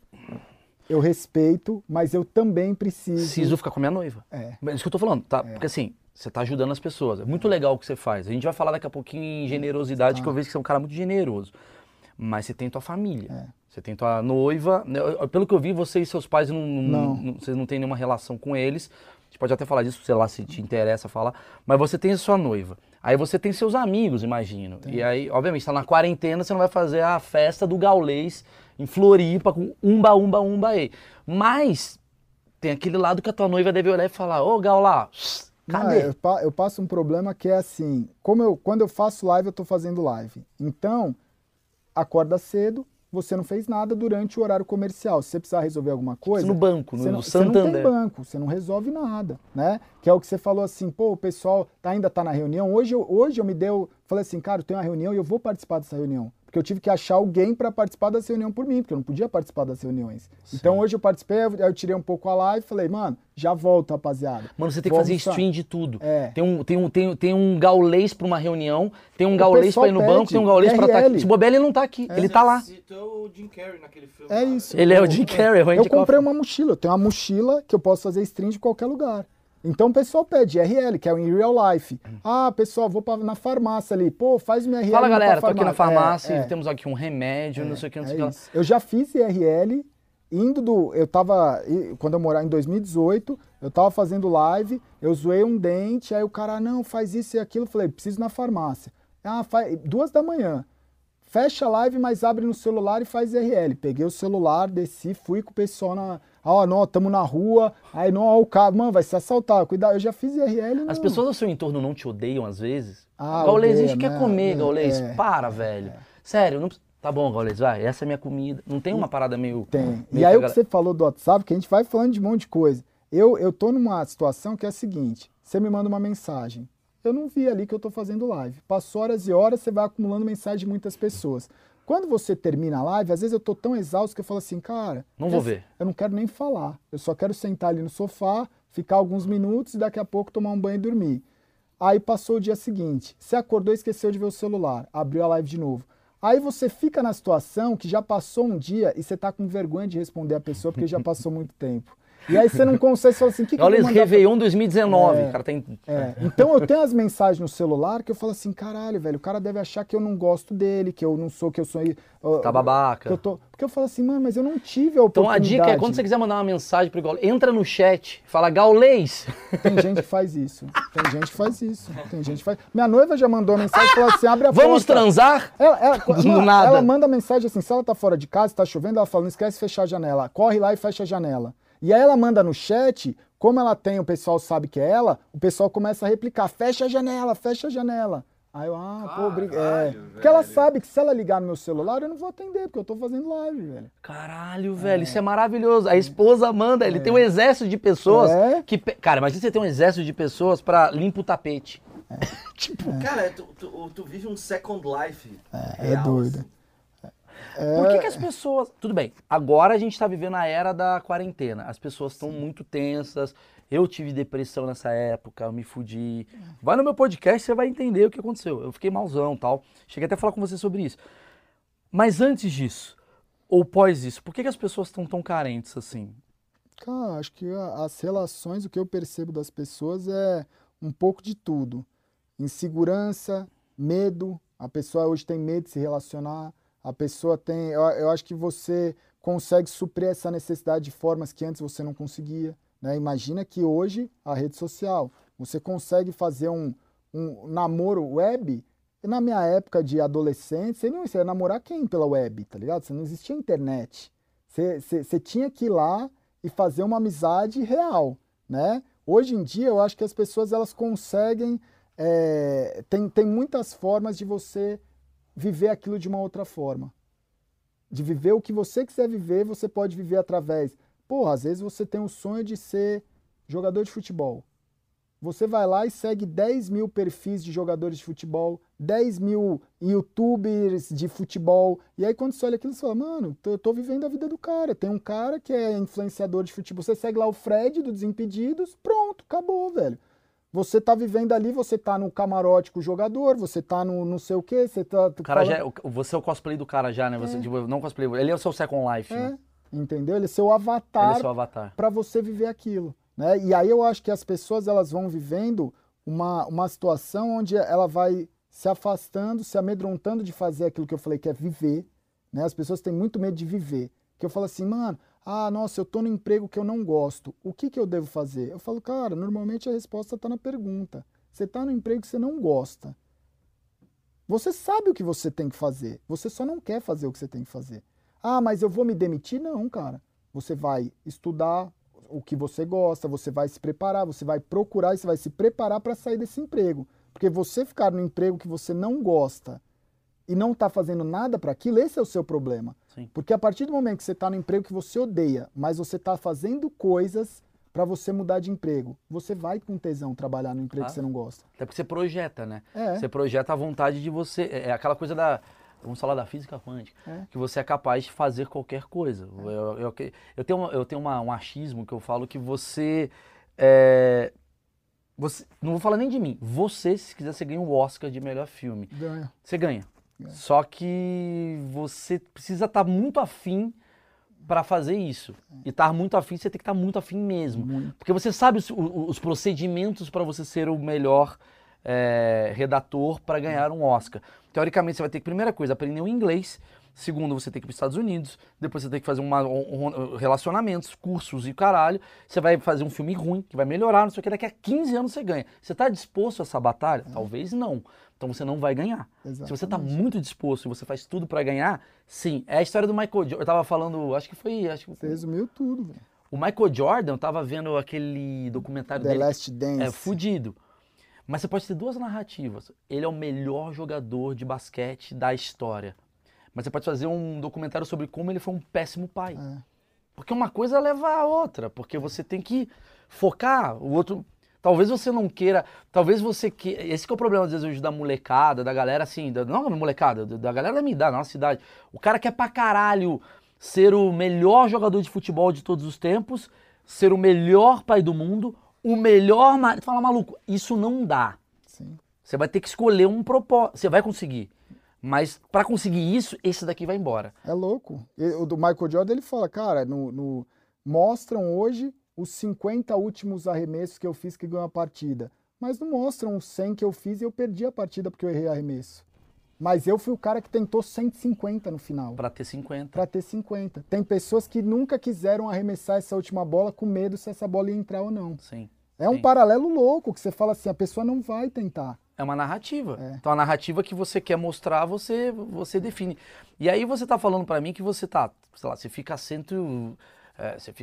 eu respeito, mas eu também preciso... Preciso ficar com a minha noiva. É. É isso que eu tô falando, tá? É. Porque assim, você tá ajudando as pessoas. É muito legal o que você faz. A gente vai falar daqui a pouquinho em generosidade, ah. que eu vejo que você é um cara muito generoso. Mas você tem tua família. É. Você tem tua noiva. Pelo que eu vi, você e seus pais, não, não. Não, vocês não têm nenhuma relação com eles. A gente pode até falar disso, sei lá, se te interessa falar. Mas você tem a sua noiva. Aí você tem seus amigos, imagino. Tem. E aí, obviamente, tá na quarentena, você não vai fazer a festa do Gaulês em Floripa com umba, umba, umba aí. Mas tem aquele lado que a tua noiva deve olhar e falar, ô Gaulá, cadê? Não, eu, eu passo um problema que é assim, como eu, quando eu faço live, eu tô fazendo live. Então, acorda cedo, você não fez nada durante o horário comercial. Se você precisar resolver alguma coisa... No banco, no você não, Santander. Você não tem banco, você não resolve nada, né? Que é o que você falou assim, pô, o pessoal tá, ainda tá na reunião. Hoje eu, hoje eu me deu... Falei assim, cara, eu tenho uma reunião e eu vou participar dessa reunião. Porque eu tive que achar alguém para participar dessa reunião por mim, porque eu não podia participar das reuniões. Sim. Então hoje eu participei, aí eu tirei um pouco a live e falei, mano, já volto, rapaziada. Mano, você tem Vou que fazer almoçar. stream de tudo. É. Tem um, tem um, tem, tem um gaulês para uma reunião, tem um gaulês para ir no pede, banco, tem um gaulês para estar aqui. Se bobear, ele não tá aqui, É. ele tá lá. Citou o Jim Carrey naquele filme. É isso. Ele é o Jim Carrey. Eu comprei uma mochila, eu tenho uma mochila que eu posso fazer stream de qualquer lugar. Então o pessoal pede I R L, que é o in real life. Ah, pessoal, vou pra, na farmácia ali. Pô, faz minha I R L. Fala, galera, tô aqui na farmácia, é, é. temos aqui um remédio, É, não sei o que, não é sei o que. Eu já fiz I R L, indo do... Eu tava... Quando eu morava em dois mil e dezoito, eu tava fazendo live, eu zoei um dente, aí o cara, não, faz isso e aquilo. Eu falei, preciso ir na farmácia. Ah, faz... Duas da manhã. Fecha a live, mas abre no celular e faz I R L. Peguei o celular, desci, fui com o pessoal na... Ó, oh, não, tamo na rua, aí não, ó, o cara, mano, vai se assaltar, cuidado, eu já fiz I R L, não. As pessoas ao seu entorno não te odeiam às vezes? Ah, Gaulês, a gente odeia, quer né? comer, Gaulês, É, para, velho. é. Sério, não... tá bom, Gaulês, vai, essa é a minha comida. Não tem uma parada meio... Tem. meio E aí o que galera... você falou do WhatsApp, que a gente vai falando de um monte de coisa. Eu, eu tô numa situação que é a seguinte, você me manda uma mensagem, eu não vi ali que eu tô fazendo live. Passou horas e horas, você vai acumulando mensagem de muitas pessoas. Quando você termina a live, às vezes eu tô tão exausto que eu falo assim, cara... Não vou ver. Eu não quero nem falar. Eu só quero sentar ali no sofá, ficar alguns minutos e daqui a pouco tomar um banho e dormir. Aí passou o dia seguinte. Você acordou e esqueceu de ver o celular. Abriu a live de novo. Aí você fica na situação que já passou um dia e você tá com vergonha de responder a pessoa porque já passou muito tempo. E aí você não consegue, você fala assim, o que, que eu vou Olha, mandar Réveillon pra... dois mil e dezenove, É, cara tem... É. Então eu tenho as mensagens no celular que eu falo assim, caralho, velho, o cara deve achar que eu não gosto dele, que eu não sou, que eu sou... Uh, Tá babaca. Que eu tô... Porque eu falo assim, mano, mas eu não tive a Então oportunidade. a dica é, quando você quiser mandar uma mensagem pro Gaulês, entra no chat, fala Gaulês. Tem gente que faz isso, tem gente que faz isso, tem gente que faz... Minha noiva já mandou uma mensagem e falou assim, abre a porta. Vamos transar? Ela, ela, Do mano, nada. ela manda mensagem assim, se ela tá fora de casa, tá chovendo, ela fala, não esquece de fechar a janela, corre lá e fecha a janela. E aí ela manda no chat Como ela tem, o pessoal sabe que é ela, o pessoal começa a replicar, fecha a janela, fecha a janela. Aí eu, ah, Caralho, pô, obrigado. É. velho. Porque ela sabe que se ela ligar no meu celular, eu não vou atender, porque eu tô fazendo live, velho. Caralho, velho, isso é maravilhoso. A esposa manda, ele tem um exército de pessoas É. que... pe- Cara, imagina você ter um exército de pessoas pra limpar o tapete. Tipo, Cara, tu, tu, tu vive um second life. É, real, é doido. assim. por que, que as pessoas... Tudo bem, agora a gente tá vivendo a era da quarentena. As pessoas estão muito tensas. Eu tive depressão nessa época, eu me fudi. Vai no meu podcast, você vai entender o que aconteceu. Eu fiquei malzão e tal. Cheguei até a falar com você sobre isso. Mas antes disso, ou pós isso, por que, que as pessoas estão tão carentes assim? Cara, acho que a- as relações, o que eu percebo das pessoas é um pouco de tudo. Insegurança, medo. A pessoa hoje tem medo de se relacionar. A pessoa tem. Eu, eu acho que você consegue suprir essa necessidade de formas que antes você não conseguia. Né? Imagina que hoje a rede social, você consegue fazer um, um namoro web. E na minha época de adolescente, você não você ia namorar quem pela web, tá ligado? Você não existia internet. Você, você, você tinha que ir lá e fazer uma amizade real, né? Hoje em dia, eu acho que as pessoas elas conseguem... É, tem, tem muitas formas de você viver aquilo de uma outra forma. De viver o que você quiser viver, você pode viver através... Porra, às vezes você tem o sonho de ser jogador de futebol. Você vai lá e segue dez mil perfis de jogadores de futebol, dez mil youtubers de futebol. E aí quando você olha aquilo, você fala, mano, eu tô vivendo a vida do cara. Tem um cara que é influenciador de futebol. Você segue lá o Fred do Desimpedidos, pronto, acabou, velho. Você tá vivendo ali, você tá no camarote com o jogador, você tá no não sei o quê, você tá... O cara já falando... é, o- você é o cosplay do cara já, né? Você, É. tipo, não cosplay, ele é o seu Second Life, É, né? entendeu? Ele é seu Ele avatar é seu avatar. para você viver aquilo, né? E aí eu acho que as pessoas elas vão vivendo uma, uma situação onde ela vai se afastando, se amedrontando de fazer aquilo que eu falei que é viver, né? As pessoas têm muito medo de viver. Que eu falo assim, mano, ah, nossa, eu tô no emprego que eu não gosto. O que que eu devo fazer? Eu falo, cara, normalmente a resposta tá na pergunta. Você tá no emprego que você não gosta. Você sabe o que você tem que fazer. Você só não quer fazer o que você tem que fazer. Ah, mas eu vou me demitir? Não, cara. Você vai estudar o que você gosta, você vai se preparar, você vai procurar e você vai se preparar para sair desse emprego. Porque você ficar no emprego que você não gosta e não está fazendo nada para aquilo, esse é o seu problema. Sim. Porque a partir do momento que você está no emprego que você odeia, mas você está fazendo coisas para você mudar de emprego, você vai com tesão trabalhar no emprego Ah. que você não gosta. Até porque você projeta, né? É. Você projeta a vontade de você. É é aquela coisa da. Vamos falar da física quântica. É. Que você é capaz de fazer qualquer coisa. Eu, eu, eu tenho, uma- eu tenho uma- um achismo que eu falo que você. é, você não vou falar nem de mim. Você, se quiser, você ganha o Oscar de melhor filme. Ganha. Você ganha. É. Só que você precisa estar muito afim para fazer isso. E estar muito afim, você tem que estar muito afim mesmo. Muito. Porque você sabe os, o- os procedimentos para você ser o melhor é, redator para ganhar um Oscar. Teoricamente, você vai ter que, primeira coisa, aprender o inglês. Segundo, você tem que ir para os Estados Unidos. Depois você tem que fazer uma, um- um- relacionamentos, cursos e caralho. Você vai fazer um filme ruim, que vai melhorar, não sei o que. Daqui a quinze anos você ganha. Você está disposto a essa batalha? Talvez não. Então você não vai ganhar. Se você está Exatamente. muito disposto e você faz tudo para ganhar, sim. É a história do Michael Jordan. Eu tava falando, acho que foi... Acho que Você resumiu tudo, velho. o Michael Jordan, eu tava vendo aquele documentário The dele. Last Dance. É, fudido. Mas você pode ter duas narrativas. Ele é o melhor jogador de basquete da história. Mas você pode fazer um documentário sobre como ele foi um péssimo pai. É. Porque uma coisa leva a outra. Porque você tem que focar. O outro... Talvez você não queira... Talvez você queira... Esse que é o problema, às vezes, hoje da molecada, da galera assim... Da... Não da molecada, da galera da minha idade, da nossa cidade. O cara quer pra caralho ser o melhor jogador de futebol de todos os tempos, ser o melhor pai do mundo, o melhor marido. Fala, maluco, isso não dá. Sim. Você vai ter que escolher um propósito. Você vai conseguir. Mas pra conseguir isso, esse daqui vai embora. É louco. E o do Michael Jordan, ele fala, cara, no, no- mostram hoje os cinquenta últimos arremessos que eu fiz que ganhou a partida. Mas não mostram os cem que eu fiz e eu perdi a partida porque eu errei arremesso. Mas eu fui o cara que tentou cento e cinquenta no final. Pra ter cinquenta. Pra ter cinquenta. Tem pessoas que nunca quiseram arremessar essa última bola com medo se essa bola ia entrar ou não. Sim. É um Sim. paralelo louco, que você fala assim, a pessoa não vai tentar. É uma narrativa. É. Então a narrativa que você quer mostrar, você, você define. E aí você tá falando pra mim que você tá, sei lá, você fica cento, é, você fica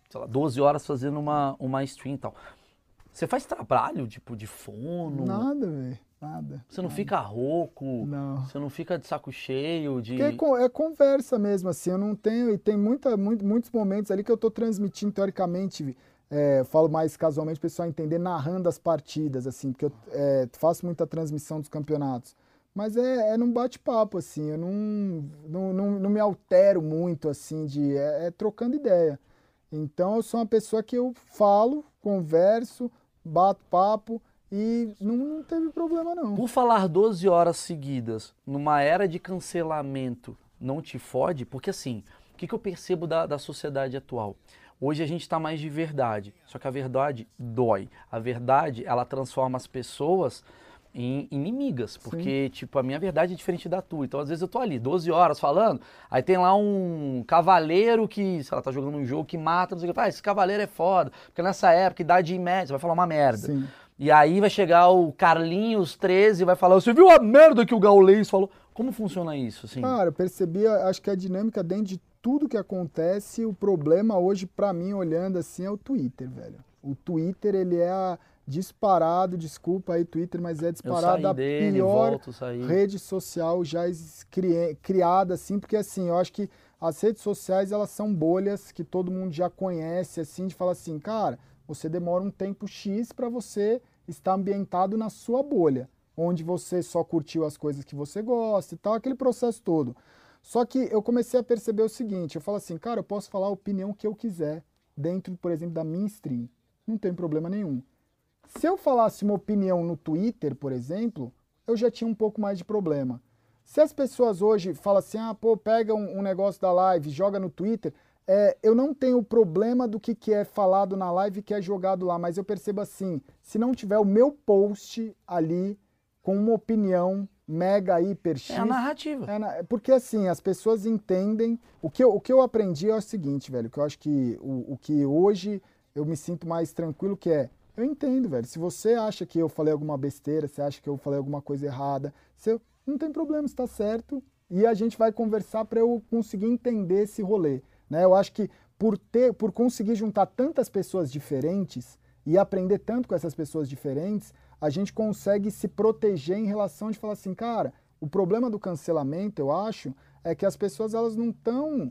sei lá, doze horas fazendo uma, uma stream e tal. Você faz trabalho, tipo, de fono? Nada, velho. Nada. Você não nada. fica rouco? Não. Você não fica de saco cheio? De... Porque é, é conversa mesmo, assim, eu não tenho, e tem muita, muito, muitos momentos ali que eu tô transmitindo, teoricamente, é, falo mais casualmente, o pessoal entender, narrando as partidas, assim, porque eu é, faço muita transmissão dos campeonatos. Mas é, é num bate-papo, assim, eu não, não, não, não me altero muito, assim, de, é, é trocando ideia. Então eu sou uma pessoa que eu falo, converso, bato papo, e não, não teve problema, não. Por falar doze horas seguidas, numa era de cancelamento, não te fode? Porque assim, o que, que eu percebo da, da sociedade atual? Hoje a gente está mais de verdade, só que a verdade dói. A verdade, ela transforma as pessoas em inimigas, porque, Sim. tipo, a minha verdade é diferente da tua. Então, às vezes eu tô ali, doze horas falando, aí tem lá um cavaleiro que, sei lá, tá jogando um jogo que mata, não sei o que. Ah, esse cavaleiro é foda, porque nessa época, idade média, você vai falar uma merda. Sim. E aí vai chegar o Carlinhos treze e vai falar, você viu a merda que o Gaules falou? Como funciona isso, assim? Cara, eu percebi, acho que a dinâmica dentro de tudo que acontece, o problema hoje, pra mim, olhando assim, é o Twitter, velho. O Twitter, ele é a disparado, desculpa aí, Twitter, mas é disparado a dele, pior volto, rede social já cri criada, assim, porque assim, eu acho que as redes sociais, elas são bolhas que todo mundo já conhece, assim, de falar assim, cara, você demora um tempo X para você estar ambientado na sua bolha, onde você só curtiu as coisas que você gosta e tal, aquele processo todo. Só que eu comecei a perceber o seguinte, eu falo assim, cara, eu posso falar a opinião que eu quiser dentro, por exemplo, da minha stream, não tem problema nenhum. Se eu falasse uma opinião no Twitter, por exemplo, eu já tinha um pouco mais de problema. Se as pessoas hoje falam assim, ah, pô, pega um, um negócio da live, joga no Twitter, é, eu não tenho problema do que, que é falado na live e que é jogado lá, mas eu percebo assim, se não tiver o meu post ali com uma opinião mega, hiper, X... É a narrativa. É na, porque assim, as pessoas entendem... O que, eu, o que eu aprendi é o seguinte, velho, que eu acho que o, o que hoje eu me sinto mais tranquilo, que é, eu entendo, velho, se você acha que eu falei alguma besteira, se acha que eu falei alguma coisa errada, se eu, não tem problema, está certo, e a gente vai conversar para eu conseguir entender esse rolê. Né? Eu acho que por, ter, por conseguir juntar tantas pessoas diferentes e aprender tanto com essas pessoas diferentes, a gente consegue se proteger em relação de falar assim, cara, o problema do cancelamento, eu acho, é que as pessoas elas não estão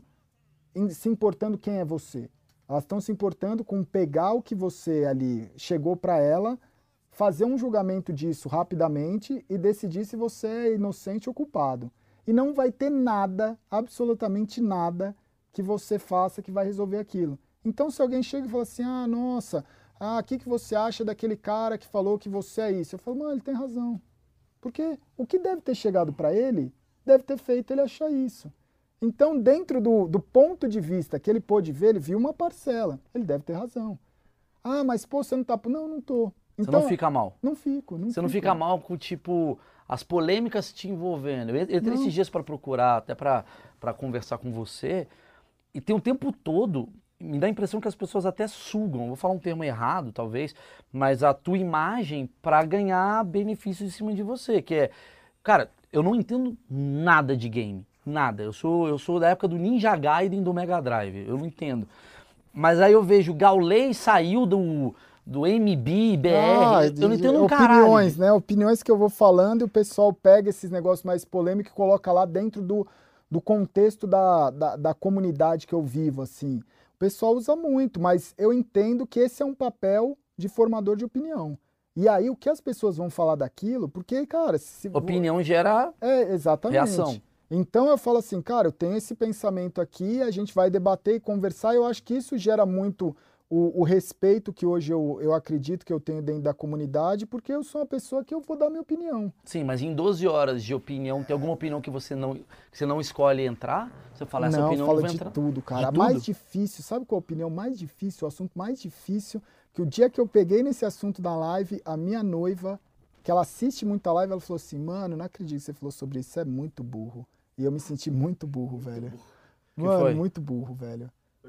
se importando quem é você. Elas estão se importando com pegar o que você ali chegou para ela, fazer um julgamento disso rapidamente e decidir se você é inocente ou culpado. E não vai ter nada, absolutamente nada, que você faça que vai resolver aquilo. Então, se alguém chega e fala assim, ah, nossa, ah, o que, que você acha daquele cara que falou que você é isso? Eu falo, mano, ele tem razão. Porque o que deve ter chegado para ele, deve ter feito ele achar isso. Então, dentro do, do ponto de vista que ele pôde ver, ele viu uma parcela. Ele deve ter razão. Ah, mas pô, você não tá... Não, não tô. Então, você não fica mal? Não fico. Não você fico. não fica mal com, tipo, as polêmicas te envolvendo. Eu entrei esses dias para procurar, até para conversar com você, e tem o tempo todo, me dá a impressão que as pessoas até sugam, vou falar um termo errado, talvez, mas a tua imagem para ganhar benefícios em cima de você, que é, cara, eu não entendo nada de game. Nada, eu sou, eu sou da época do Ninja Gaiden do Mega Drive, eu não entendo. Mas aí eu vejo, Gaules saiu do, do M B, B R, ah, eu não entendo um caralho. Opiniões, né? Opiniões que eu vou falando e o pessoal pega esses negócios mais polêmicos e coloca lá dentro do, do contexto da, da, da comunidade que eu vivo, assim. O pessoal usa muito, mas eu entendo que esse é um papel de formador de opinião. E aí, o que as pessoas vão falar daquilo, porque, cara... Se... Opinião gera é, exatamente. reação. Então eu falo assim, cara, eu tenho esse pensamento aqui, a gente vai debater e conversar, e eu acho que isso gera muito o, o respeito que hoje eu, eu acredito que eu tenho dentro da comunidade, porque eu sou uma pessoa que eu vou dar minha opinião. Sim, mas em doze horas de opinião, tem alguma opinião que você não, que você não escolhe entrar? Você fala, essa não, opinião falo não vai de entrar? tudo, cara. De a tudo? mais difícil, sabe qual é a opinião mais difícil, o assunto mais difícil, que o dia que eu peguei nesse assunto da live, a minha noiva, que ela assiste muito a live, ela falou assim, mano, não acredito que você falou sobre isso, você é muito burro. E eu me senti muito burro, muito velho. Burro. Mano, foi? muito burro, velho.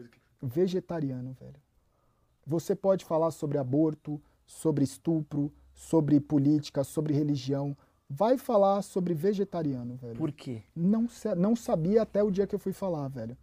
Vegetariano, velho. Você pode falar sobre aborto, sobre estupro, sobre política, sobre religião. Vai falar sobre vegetariano, velho. Por quê? Não, não sabia até o dia que eu fui falar, velho.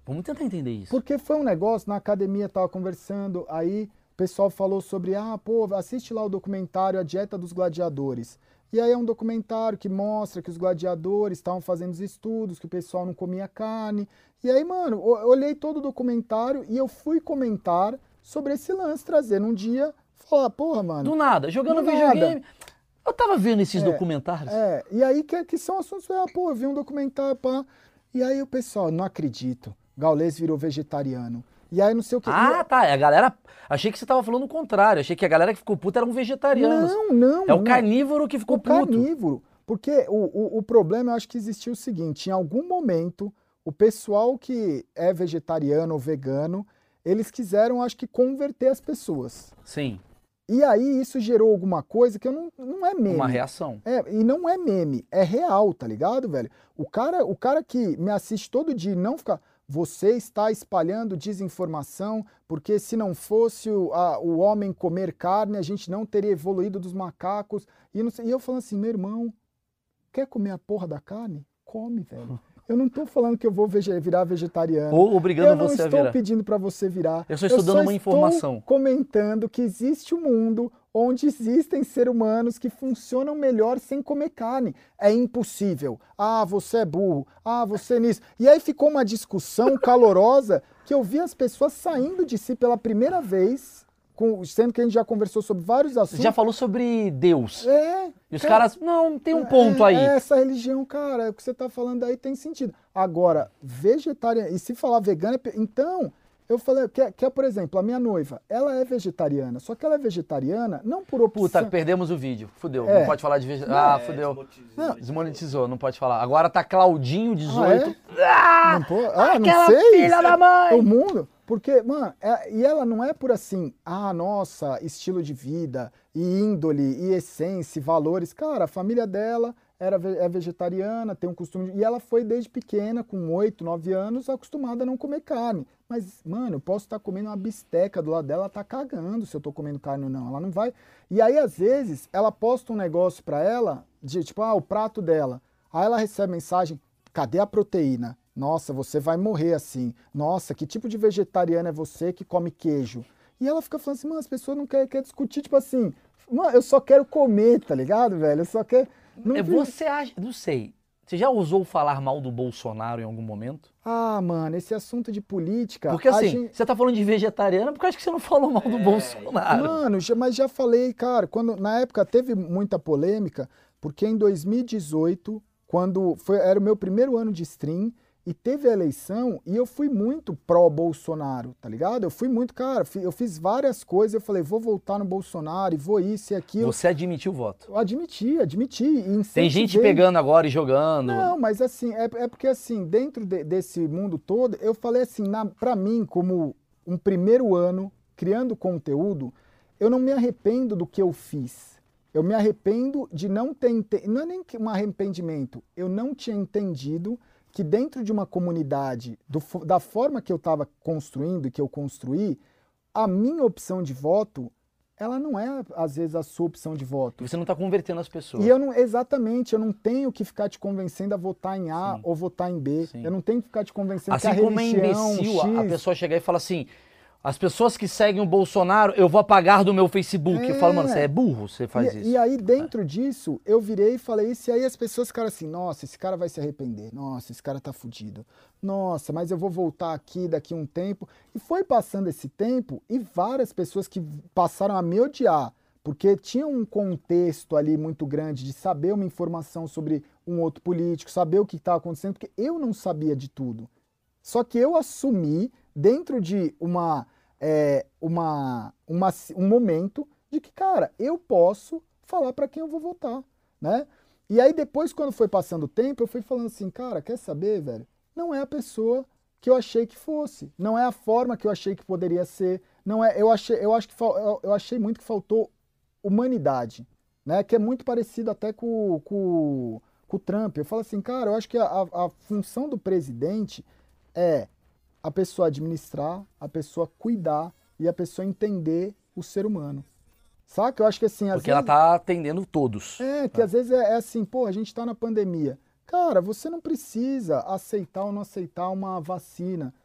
Vamos tentar entender isso. Porque foi um negócio, na academia tava conversando, aí o pessoal falou sobre, ah, pô, assiste lá o documentário A Dieta dos Gladiadores. E aí é um documentário que mostra que os gladiadores estavam fazendo os estudos, que o pessoal não comia carne. E aí, mano, eu olhei todo o documentário e eu fui comentar sobre esse lance, trazendo um dia, falar, porra, mano... Do nada, jogando do videogame. nada. Eu tava vendo esses É, documentários. É, e aí que, que são assuntos, ah, pô, eu vi um documentário, pá. E aí o pessoal, não acredito, Gaules virou vegetariano. E aí não sei o que... Ah, e... tá. A galera... Achei que você tava falando o contrário. Achei que a galera que ficou puta eram vegetarianos. Não, não. É o não. carnívoro que ficou o puto. carnívoro. Porque o, o, o problema, eu acho que existiu o seguinte, em algum momento, o pessoal que é vegetariano ou vegano, eles quiseram, acho que, converter as pessoas. Sim. E aí isso gerou alguma coisa que eu não, não é meme. Uma reação. É, e não é meme, é real, tá ligado, velho? O cara, o cara que me assiste todo dia e não fica... Você está espalhando desinformação, porque se não fosse o, a, o homem comer carne, a gente não teria evoluído dos macacos. E, não sei, e eu falando assim, meu irmão, quer comer a porra da carne? Come, velho. Eu não tô falando que eu vou vege- virar vegetariano. Ou obrigando eu não você a estou virar. pedindo para você virar. Eu só estou dando uma informação. Estou comentando que existe um mundo onde existem seres humanos que funcionam melhor sem comer carne. É impossível. Ah, você é burro. Ah, você é nisso. E aí ficou uma discussão calorosa que eu vi as pessoas saindo de si pela primeira vez, com, sendo que a gente já conversou sobre vários assuntos. Você já falou sobre Deus. É. E os cara, caras, não, tem um ponto é, aí. é essa religião, cara, o que você tá falando aí tem sentido. Agora, vegetariano, e se falar vegano, é... então, eu falei, que, é, que é, por exemplo, a minha noiva, ela é vegetariana, só que ela é vegetariana não por opção... Puta, perdemos o vídeo, fudeu, É. não pode falar de vegetariano. Ah, É, fudeu. desmonetizou. Não. Desmonetizou, não pode falar. Agora tá Claudinho, dezoito. Ah, é? Ah, Não, pô- ah, não aquela sei. filha da mãe! O mundo, porque, mano, é- e ela não é por assim, ah, nossa, estilo de vida, e índole, e essência, e valores. Cara, a família dela era, ve- é vegetariana, tem um costume, de- e ela foi desde pequena, com oito, nove anos, acostumada a não comer carne. Mas, mano, eu posso estar comendo uma bisteca do lado dela, ela tá cagando se eu tô comendo carne ou não. Ela não vai. E aí, às vezes, ela posta um negócio pra ela, de tipo, ah, o prato dela. Aí ela recebe mensagem, cadê a proteína? Nossa, você vai morrer assim. Nossa, que tipo de vegetariano é você que come queijo? E ela fica falando assim, mano, as pessoas não querem, querem discutir, tipo assim, mano, eu só quero comer, tá ligado, velho? Eu só quero... Não É, tem- Você acha, não sei, você já ousou falar mal do Bolsonaro em algum momento? Ah, mano, esse assunto de política... Porque a assim, gente- você tá falando de vegetariano, porque eu acho que você não falou mal do Bolsonaro. Mano, já- mas já falei, cara, quando na época teve muita polêmica, porque em dois mil e dezoito, quando foi, era o meu primeiro ano de stream, e teve a eleição, e eu fui muito pró-Bolsonaro, tá ligado? Eu fui muito, cara, fi- eu fiz várias coisas, eu falei, vou voltar no Bolsonaro, e vou isso e aquilo. Você admitiu o voto. Eu admiti, admiti. E Tem incentivei. gente pegando agora e jogando. Não, mas assim, é, é porque assim, dentro de- desse mundo todo, eu falei assim, na, pra mim, como um primeiro ano, criando conteúdo, eu não me arrependo do que eu fiz. Eu me arrependo de não ter, ente- não é nem que um arrependimento, eu não tinha entendido que dentro de uma comunidade, do fo- da forma que eu estava construindo e que eu construí, a minha opção de voto, ela não é, às vezes, a sua opção de voto. Você não tá convertendo as pessoas. E eu não, exatamente, eu não tenho que ficar te convencendo a votar em A Sim. ou votar em B. Sim. Eu não tenho que ficar te convencendo que Assim a como é religião, imbecil a- a X... pessoa chegar e falar assim, as pessoas que seguem o Bolsonaro, eu vou apagar do meu Facebook. Eu falo, mano, você é burro, você faz e, isso. E aí, dentro disso, eu virei e falei isso, e aí as pessoas ficaram assim, nossa, esse cara vai se arrepender, nossa, esse cara tá fudido, nossa, mas eu vou voltar aqui daqui um tempo. E foi passando esse tempo, e várias pessoas que passaram a me odiar, porque tinha um contexto ali muito grande de saber uma informação sobre um outro político, saber o que estava acontecendo, porque eu não sabia de tudo. Só que eu assumi, dentro de uma, é, uma, uma, um momento de que, cara, eu posso falar para quem eu vou votar, né? E aí depois, quando foi passando o tempo, eu fui falando assim, cara, quer saber, velho? Não é a pessoa que eu achei que fosse, não é a forma que eu achei que poderia ser, não é, eu achei, eu acho que fal- eu, eu achei muito que faltou humanidade, né? Que é muito parecido até com, com, com o Trump. Eu falo assim, cara, eu acho que a, a função do presidente é a pessoa administrar, a pessoa cuidar e a pessoa entender o ser humano. Saca? Eu acho que assim... às Porque ela vezes- tá atendendo todos. É, que às vezes é, é assim, pô, a gente tá na pandemia. Cara, você não precisa aceitar ou não aceitar uma vacina.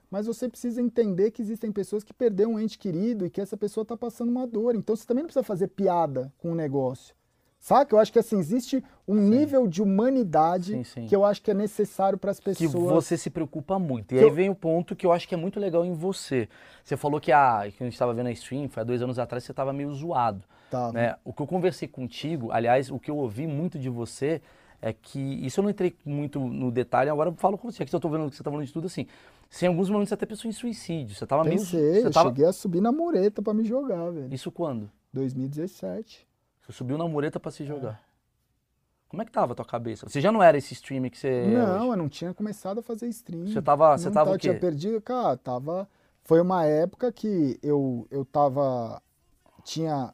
mas você precisa entender que existem pessoas que perderam um ente querido e que essa pessoa está passando uma dor. Então você também não precisa fazer piada com o negócio. Saca? Eu acho que assim, existe um sim. nível de humanidade sim, sim. que eu acho que é necessário para as pessoas. Que você se preocupa muito. E que aí eu... vem o ponto que eu acho que é muito legal em você. Você falou que, a, que a gente estava vendo a stream, foi há dois anos atrás, você estava meio zoado. Tá. Né? O que eu conversei contigo, aliás, o que eu ouvi muito de você é que, isso eu não entrei muito no detalhe, agora eu falo com você, aqui eu tô vendo que você tá falando de tudo assim. Você, em alguns momentos, até pensou em suicídio. Você tava Pensei, meio... Você eu tava... cheguei a subir na mureta pra me jogar, velho. Isso quando? dois mil e dezessete. Você subiu na mureta pra se jogar. É. Como é que tava a tua cabeça? Você já não era esse streamer que você Não, é eu não tinha começado a fazer stream. Você tava, você não tava tava, o quê? Tinha perdido, cara, tava... Foi uma época que eu, eu tava... Tinha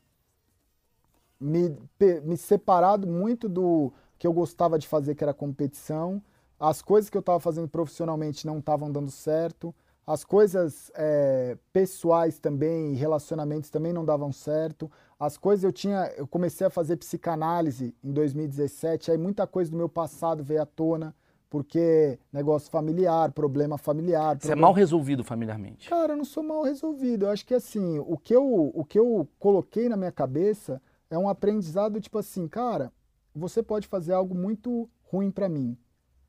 me, me separado muito do que eu gostava de fazer, que era competição. As coisas que eu tava fazendo profissionalmente não estavam dando certo. As coisas é, pessoais também, relacionamentos também não davam certo. As coisas eu tinha, eu comecei a fazer psicanálise em dois mil e dezessete, aí muita coisa do meu passado veio à tona, porque negócio familiar, problema familiar. Você problema... é mal resolvido familiarmente? Cara, eu não sou mal resolvido. Eu acho que assim, o que eu, o que eu coloquei na minha cabeça é um aprendizado tipo assim, cara, você pode fazer algo muito ruim pra mim.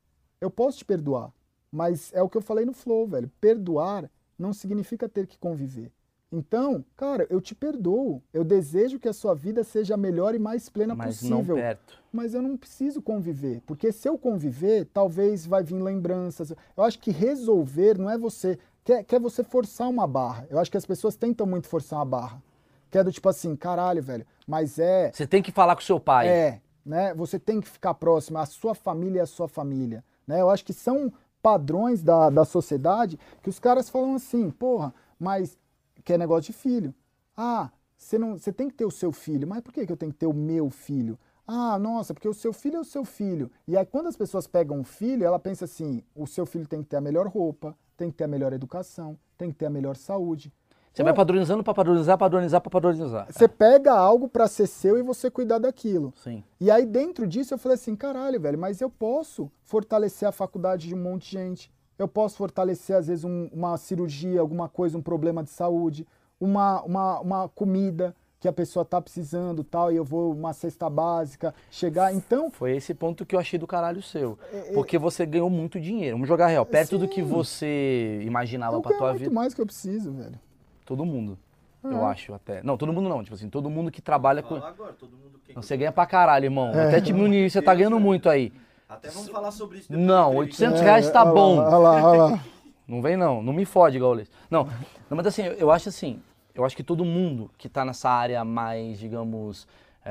Eu posso te perdoar. Mas é o que eu falei no Flow, velho. Perdoar não significa ter que conviver. Então, cara, eu te perdoo. Eu desejo que a sua vida seja a melhor e mais plena mas possível. Mas não perto. Mas eu não preciso conviver. Porque se eu conviver, talvez vai vir lembranças. Eu acho que resolver não é você... Quer, quer você forçar uma barra. Eu acho que as pessoas tentam muito forçar uma barra. Que é do tipo assim, caralho, velho, mas é... Você tem que falar com seu pai. É, né? Você tem que ficar próximo. A sua família é a sua família. Né? Eu acho que são... padrões da, da sociedade que os caras falam assim, porra, mas que é negócio de filho. Ah, você não, você tem que ter o seu filho, mas por que que eu tenho que ter o meu filho? Ah, nossa, porque o seu filho é o seu filho. E aí quando as pessoas pegam um filho, ela pensa assim, o seu filho tem que ter a melhor roupa, tem que ter a melhor educação, tem que ter a melhor saúde. Você vai padronizando para padronizar, padronizar para padronizar. Você pega algo para ser seu e você cuidar daquilo. Sim. E aí dentro disso eu falei assim, caralho, velho, mas eu posso fortalecer a faculdade de um monte de gente. Eu posso fortalecer, às vezes, um, uma cirurgia, alguma coisa, um problema de saúde, uma, uma, uma comida que a pessoa tá precisando, tal, e eu vou uma cesta básica, chegar, então... Foi esse ponto que eu achei do caralho seu, é, porque você ganhou muito dinheiro. Vamos jogar real, perto sim. do que você imaginava pra tua vida. muito mais que eu preciso, velho. Todo mundo, é. eu acho até. Não, todo mundo não, tipo assim, todo mundo que trabalha com... Agora, todo mundo que... Não, você ganha pra caralho, irmão. É. Até tipo, no início você tá ganhando muito aí. Até vamos falar sobre isso. Não, oitocentos reais tá é, bom. Olha lá, olha lá. Não vem não, não me fode, Gaules. Não, não, mas assim, eu acho assim, eu acho que todo mundo que tá nessa área mais, digamos,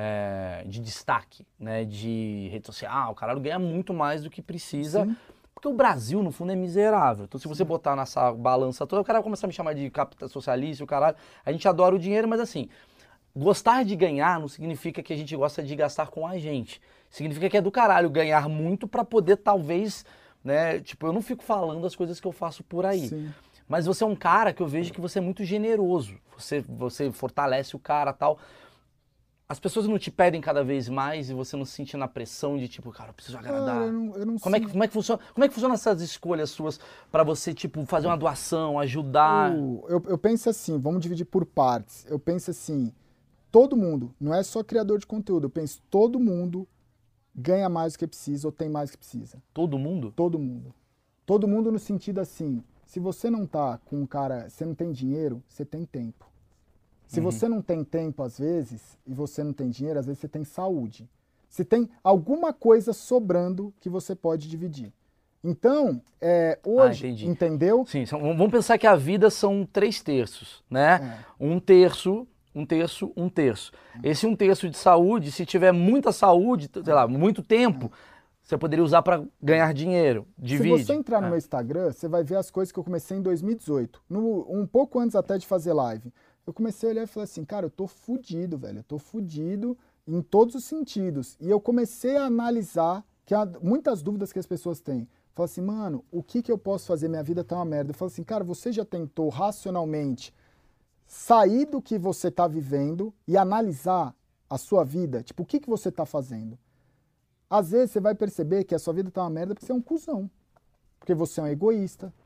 é, de destaque, né, de rede social, o caralho ganha muito mais do que precisa. Sim. Porque o Brasil, no fundo, é miserável. Então, se você botar nessa balança toda, o cara vai começar a me chamar de capitalista socialista, o caralho. A gente adora o dinheiro, mas assim, gostar de ganhar não significa que a gente gosta de gastar com a gente. Significa que é do caralho ganhar muito pra poder, talvez, né, tipo, eu não fico falando as coisas que eu faço por aí. Sim. Mas você é um cara que eu vejo que você é muito generoso. Você, você fortalece o cara e tal. As pessoas não te pedem cada vez mais e você não se sente na pressão de tipo, cara, eu preciso agradar. Ah, eu não, eu não como, é que, como é que funciona? Como é que funciona essas escolhas suas pra você, tipo, fazer uma doação, ajudar? Eu, eu, eu penso assim, vamos dividir por partes. Eu penso assim, todo mundo, não é só criador de conteúdo, eu penso todo mundo ganha mais do que precisa ou tem mais do que precisa. Todo mundo? Todo mundo. Todo mundo no sentido assim, se você não tá com um cara, você não tem dinheiro, você tem tempo. Se uhum. você não tem tempo, às vezes, e você não tem dinheiro, às vezes você tem saúde. Você tem alguma coisa sobrando que você pode dividir. Então, é, hoje, ah, entendeu? Sim, são, vamos pensar que a vida são três terços, né? É. Um terço, um terço, um terço. É. Esse um terço de saúde, se tiver muita saúde, sei lá, muito tempo, é. você poderia usar para ganhar dinheiro. Divide. Se você entrar no é. meu Instagram, você vai ver as coisas que eu comecei em dois mil e dezoito. No, um pouco antes até de fazer live. Eu comecei a olhar e falei assim, cara, eu tô fudido, velho. Eu tô fudido em todos os sentidos. E eu comecei a analisar que há muitas dúvidas que as pessoas têm. Falei assim, mano, o que que eu posso fazer? Minha vida tá uma merda. Eu falei assim, cara, você já tentou racionalmente sair do que você tá vivendo e analisar a sua vida? Tipo, o que que você tá fazendo? Às vezes você vai perceber que a sua vida tá uma merda porque você é um cuzão. Porque você é um egoísta.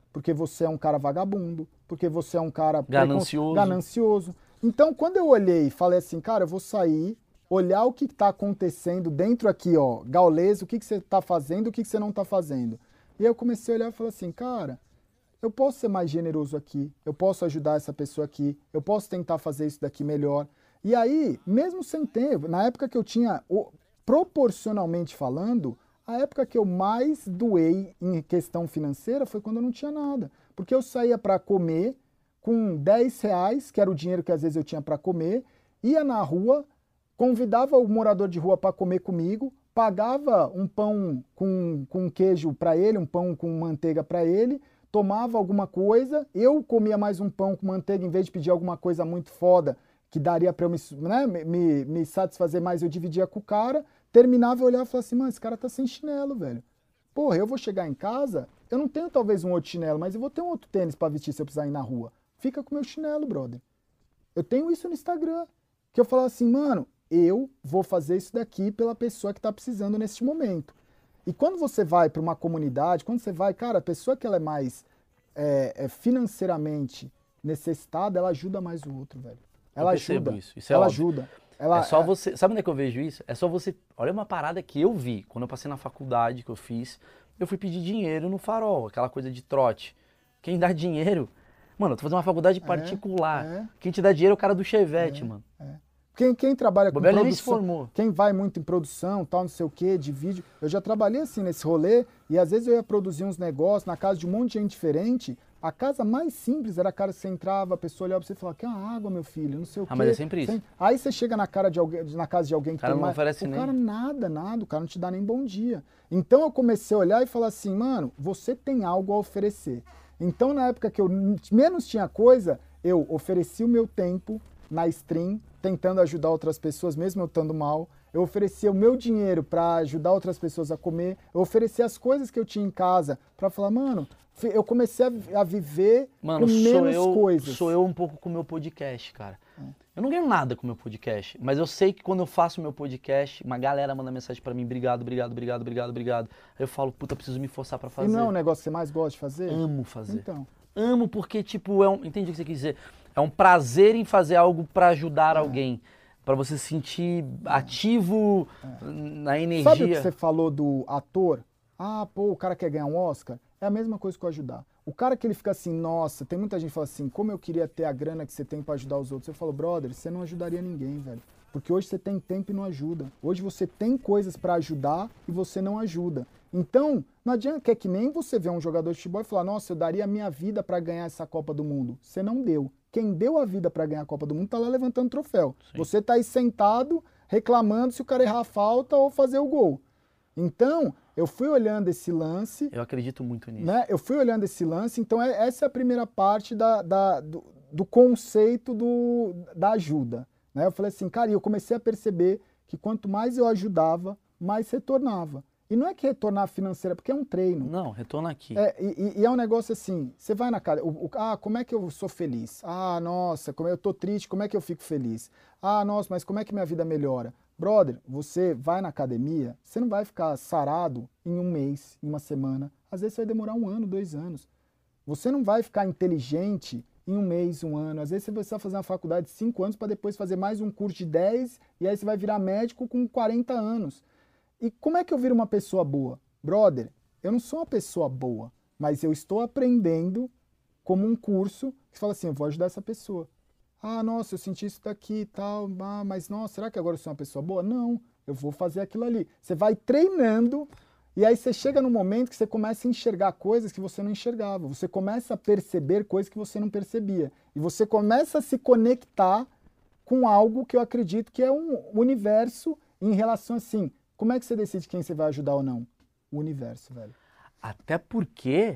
porque você é um cara vagabundo, porque você é um cara ganancioso. ganancioso. Então, quando eu olhei e falei assim, cara, eu vou sair, olhar o que está acontecendo dentro aqui, ó, Gaules, o que, que você está fazendo, o que, que você não está fazendo. E aí eu comecei a olhar e falei assim, cara, eu posso ser mais generoso aqui, eu posso ajudar essa pessoa aqui, eu posso tentar fazer isso daqui melhor. E aí, mesmo sem tempo, na época que eu tinha, proporcionalmente falando, a época que eu mais doei em questão financeira foi quando eu não tinha nada. Porque eu saía para comer com dez reais, que era o dinheiro que às vezes eu tinha para comer, ia na rua, convidava o morador de rua para comer comigo, pagava um pão com, com queijo para ele, um pão com manteiga para ele, tomava alguma coisa, eu comia mais um pão com manteiga, em vez de pedir alguma coisa muito foda, que daria para eu me, né, me, me satisfazer mais, eu dividia com o cara, terminava e olhava e falava assim, mano, esse cara tá sem chinelo, velho. Porra, eu vou chegar em casa, eu não tenho talvez um outro chinelo, mas eu vou ter um outro tênis para vestir se eu precisar ir na rua. Fica com o meu chinelo, brother. Eu tenho isso no Instagram, que eu falo assim, mano, eu vou fazer isso daqui pela pessoa que tá precisando neste momento. E quando você vai para uma comunidade, quando você vai, cara, a pessoa que ela é mais é, é financeiramente necessitada, ela ajuda mais o outro, velho. Ela ajuda. Isso. Isso é ela óbvio. ajuda. Ela, é só é... você. Sabe onde é que eu vejo isso? É só você. Olha uma parada que eu vi quando eu passei na faculdade que eu fiz. Eu fui pedir dinheiro no farol, aquela coisa de trote. Quem dá dinheiro. Mano, eu tô fazendo uma faculdade particular. É, é. Quem te dá dinheiro é o cara do Chevette, é, mano. É. Quem, quem trabalha com Bobel produção, nem se formou. Quem vai muito em produção, tal, não sei o que, de vídeo. Eu já trabalhei assim nesse rolê e às vezes eu ia produzir uns negócios na casa de um monte de gente diferente. A casa mais simples era a cara que você entrava, a pessoa olhava pra você e falava, quer uma água, meu filho, não sei o ah, quê. Ah, mas é sempre isso. Aí você chega na, cara de alguém, na casa de alguém que o cara tem não mais... oferece o nem. cara nada, nada, o cara não te dá nem bom dia. Então eu comecei a olhar e falar assim, mano, você tem algo a oferecer. Então na época que eu menos tinha coisa, eu ofereci o meu tempo na stream, tentando ajudar outras pessoas, mesmo eu estando mal. Eu oferecia o meu dinheiro para ajudar outras pessoas a comer. Eu oferecia as coisas que eu tinha em casa para falar, mano, eu comecei a, a viver mano, com menos eu, coisas. Sou eu um pouco com o meu podcast, cara. É. Eu não ganho nada com o meu podcast, mas eu sei que quando eu faço o meu podcast, uma galera manda mensagem para mim, obrigado, obrigado, obrigado, obrigado, obrigado. Aí eu falo, puta, preciso me forçar para fazer. E não é um negócio que você mais gosta de fazer? Amo fazer. Então. Amo porque, tipo, é um, entendi o que você quis dizer. É um prazer em fazer algo para ajudar é. alguém. Para você se sentir ativo é. na energia. Sabe o que você falou do ator? Ah, pô, o cara quer ganhar um Oscar? É a mesma coisa que eu ajudar. O cara que ele fica assim, nossa, tem muita gente que fala assim, como eu queria ter a grana que você tem para ajudar os outros. Eu falo, brother, você não ajudaria ninguém, velho. Porque hoje você tem tempo e não ajuda. Hoje você tem coisas para ajudar e você não ajuda. Então, não adianta que é que nem você ver um jogador de futebol e falar, nossa, eu daria a minha vida para ganhar essa Copa do Mundo. Você não deu. Quem deu a vida para ganhar a Copa do Mundo tá lá levantando troféu. Sim. Você tá aí sentado, reclamando se o cara errar a falta ou fazer o gol. Então, eu fui olhando esse lance... Eu acredito muito nisso. Né? Eu fui olhando esse lance, então é, essa é a primeira parte da, da, do, do conceito do, da ajuda. Né? Eu falei assim, cara, e eu comecei a perceber que quanto mais eu ajudava, mais retornava. E não é que retornar financeira, porque é um treino. Não, retorna aqui. É, e, e é um negócio assim, você vai na cara, o, o, ah, como é que eu sou feliz? Ah, nossa, como eu tô triste, como é que eu fico feliz? Ah, nossa, mas como é que minha vida melhora? Brother, você vai na academia, você não vai ficar sarado em um mês, em uma semana. Às vezes vai demorar um ano, dois anos. Você não vai ficar inteligente em um mês, um ano. Às vezes você precisa fazer uma faculdade de cinco anos para depois fazer mais um curso de dez e aí você vai virar médico com quarenta anos. E como é que eu viro uma pessoa boa? Brother, eu não sou uma pessoa boa, mas eu estou aprendendo como um curso que fala assim, eu vou ajudar essa pessoa. Ah, nossa, eu senti isso daqui e tal, ah, mas nossa, será que agora eu sou uma pessoa boa? Não, eu vou fazer aquilo ali. Você vai treinando e aí você chega num momento que você começa a enxergar coisas que você não enxergava. Você começa a perceber coisas que você não percebia. E você começa a se conectar com algo que eu acredito que é um universo em relação assim, como é que você decide quem você vai ajudar ou não? O universo, velho. Até porque,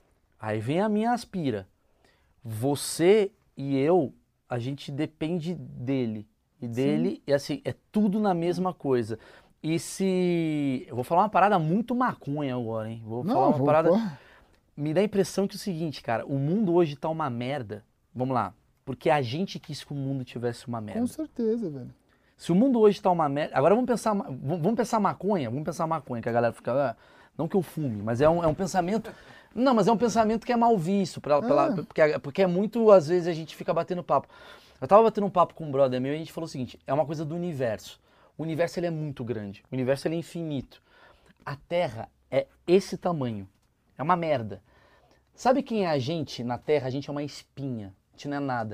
aí vem a minha aspira. Você e eu, a gente depende dele. E dele, e assim, é tudo na mesma coisa. E se... Eu vou falar uma parada muito maconha agora, hein? Vou não, falar uma vou, parada... Pô. Me dá a impressão que é o seguinte, cara, o mundo hoje tá uma merda. Vamos lá. Porque a gente quis que o mundo tivesse uma merda. Com certeza, velho. Se o mundo hoje tá uma merda... Agora vamos pensar, vamos pensar maconha, vamos pensar maconha, que a galera fica... Ah, Não que eu fume, mas é um, é um pensamento... Não, mas é um pensamento que é mal visto, pra, pela, Ah. porque, porque é muito, às vezes, a gente fica batendo papo. Eu tava batendo um papo com um brother meu e a gente falou o seguinte, é uma coisa do universo. O universo, ele é muito grande, o universo, ele é infinito. A Terra é esse tamanho, é uma merda. Sabe quem é a gente na Terra? A gente é uma espinha, a gente não é nada.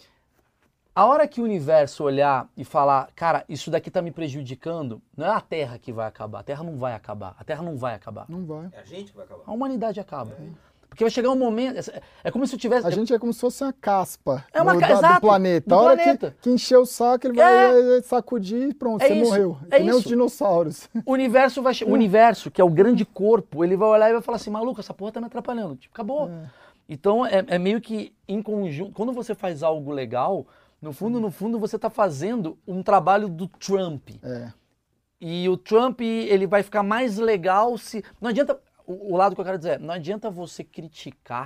A hora que o universo olhar e falar, cara, isso daqui tá me prejudicando, não é a Terra que vai acabar, a Terra não vai acabar, a Terra não vai acabar. Não vai. É a gente que vai acabar. A humanidade acaba. Porque vai chegar um momento, é como se eu tivesse... A gente é como se fosse uma caspa É uma no- ca- da- exato, do planeta. do a hora planeta. Que, que encher o saco, ele vai sacudir e pronto, É você isso, morreu. é que nem os isso. dinossauros. O universo vai che- o universo, que é o grande corpo, ele vai olhar e vai falar assim, maluco, essa porra tá me atrapalhando. Tipo, acabou. Então é, é meio que em conjunto. Quando você faz algo legal, no fundo, no fundo, você tá fazendo um trabalho do Trump. É. E o Trump, ele vai ficar mais legal se. Não adianta. O, o lado que eu quero dizer é, não adianta você criticar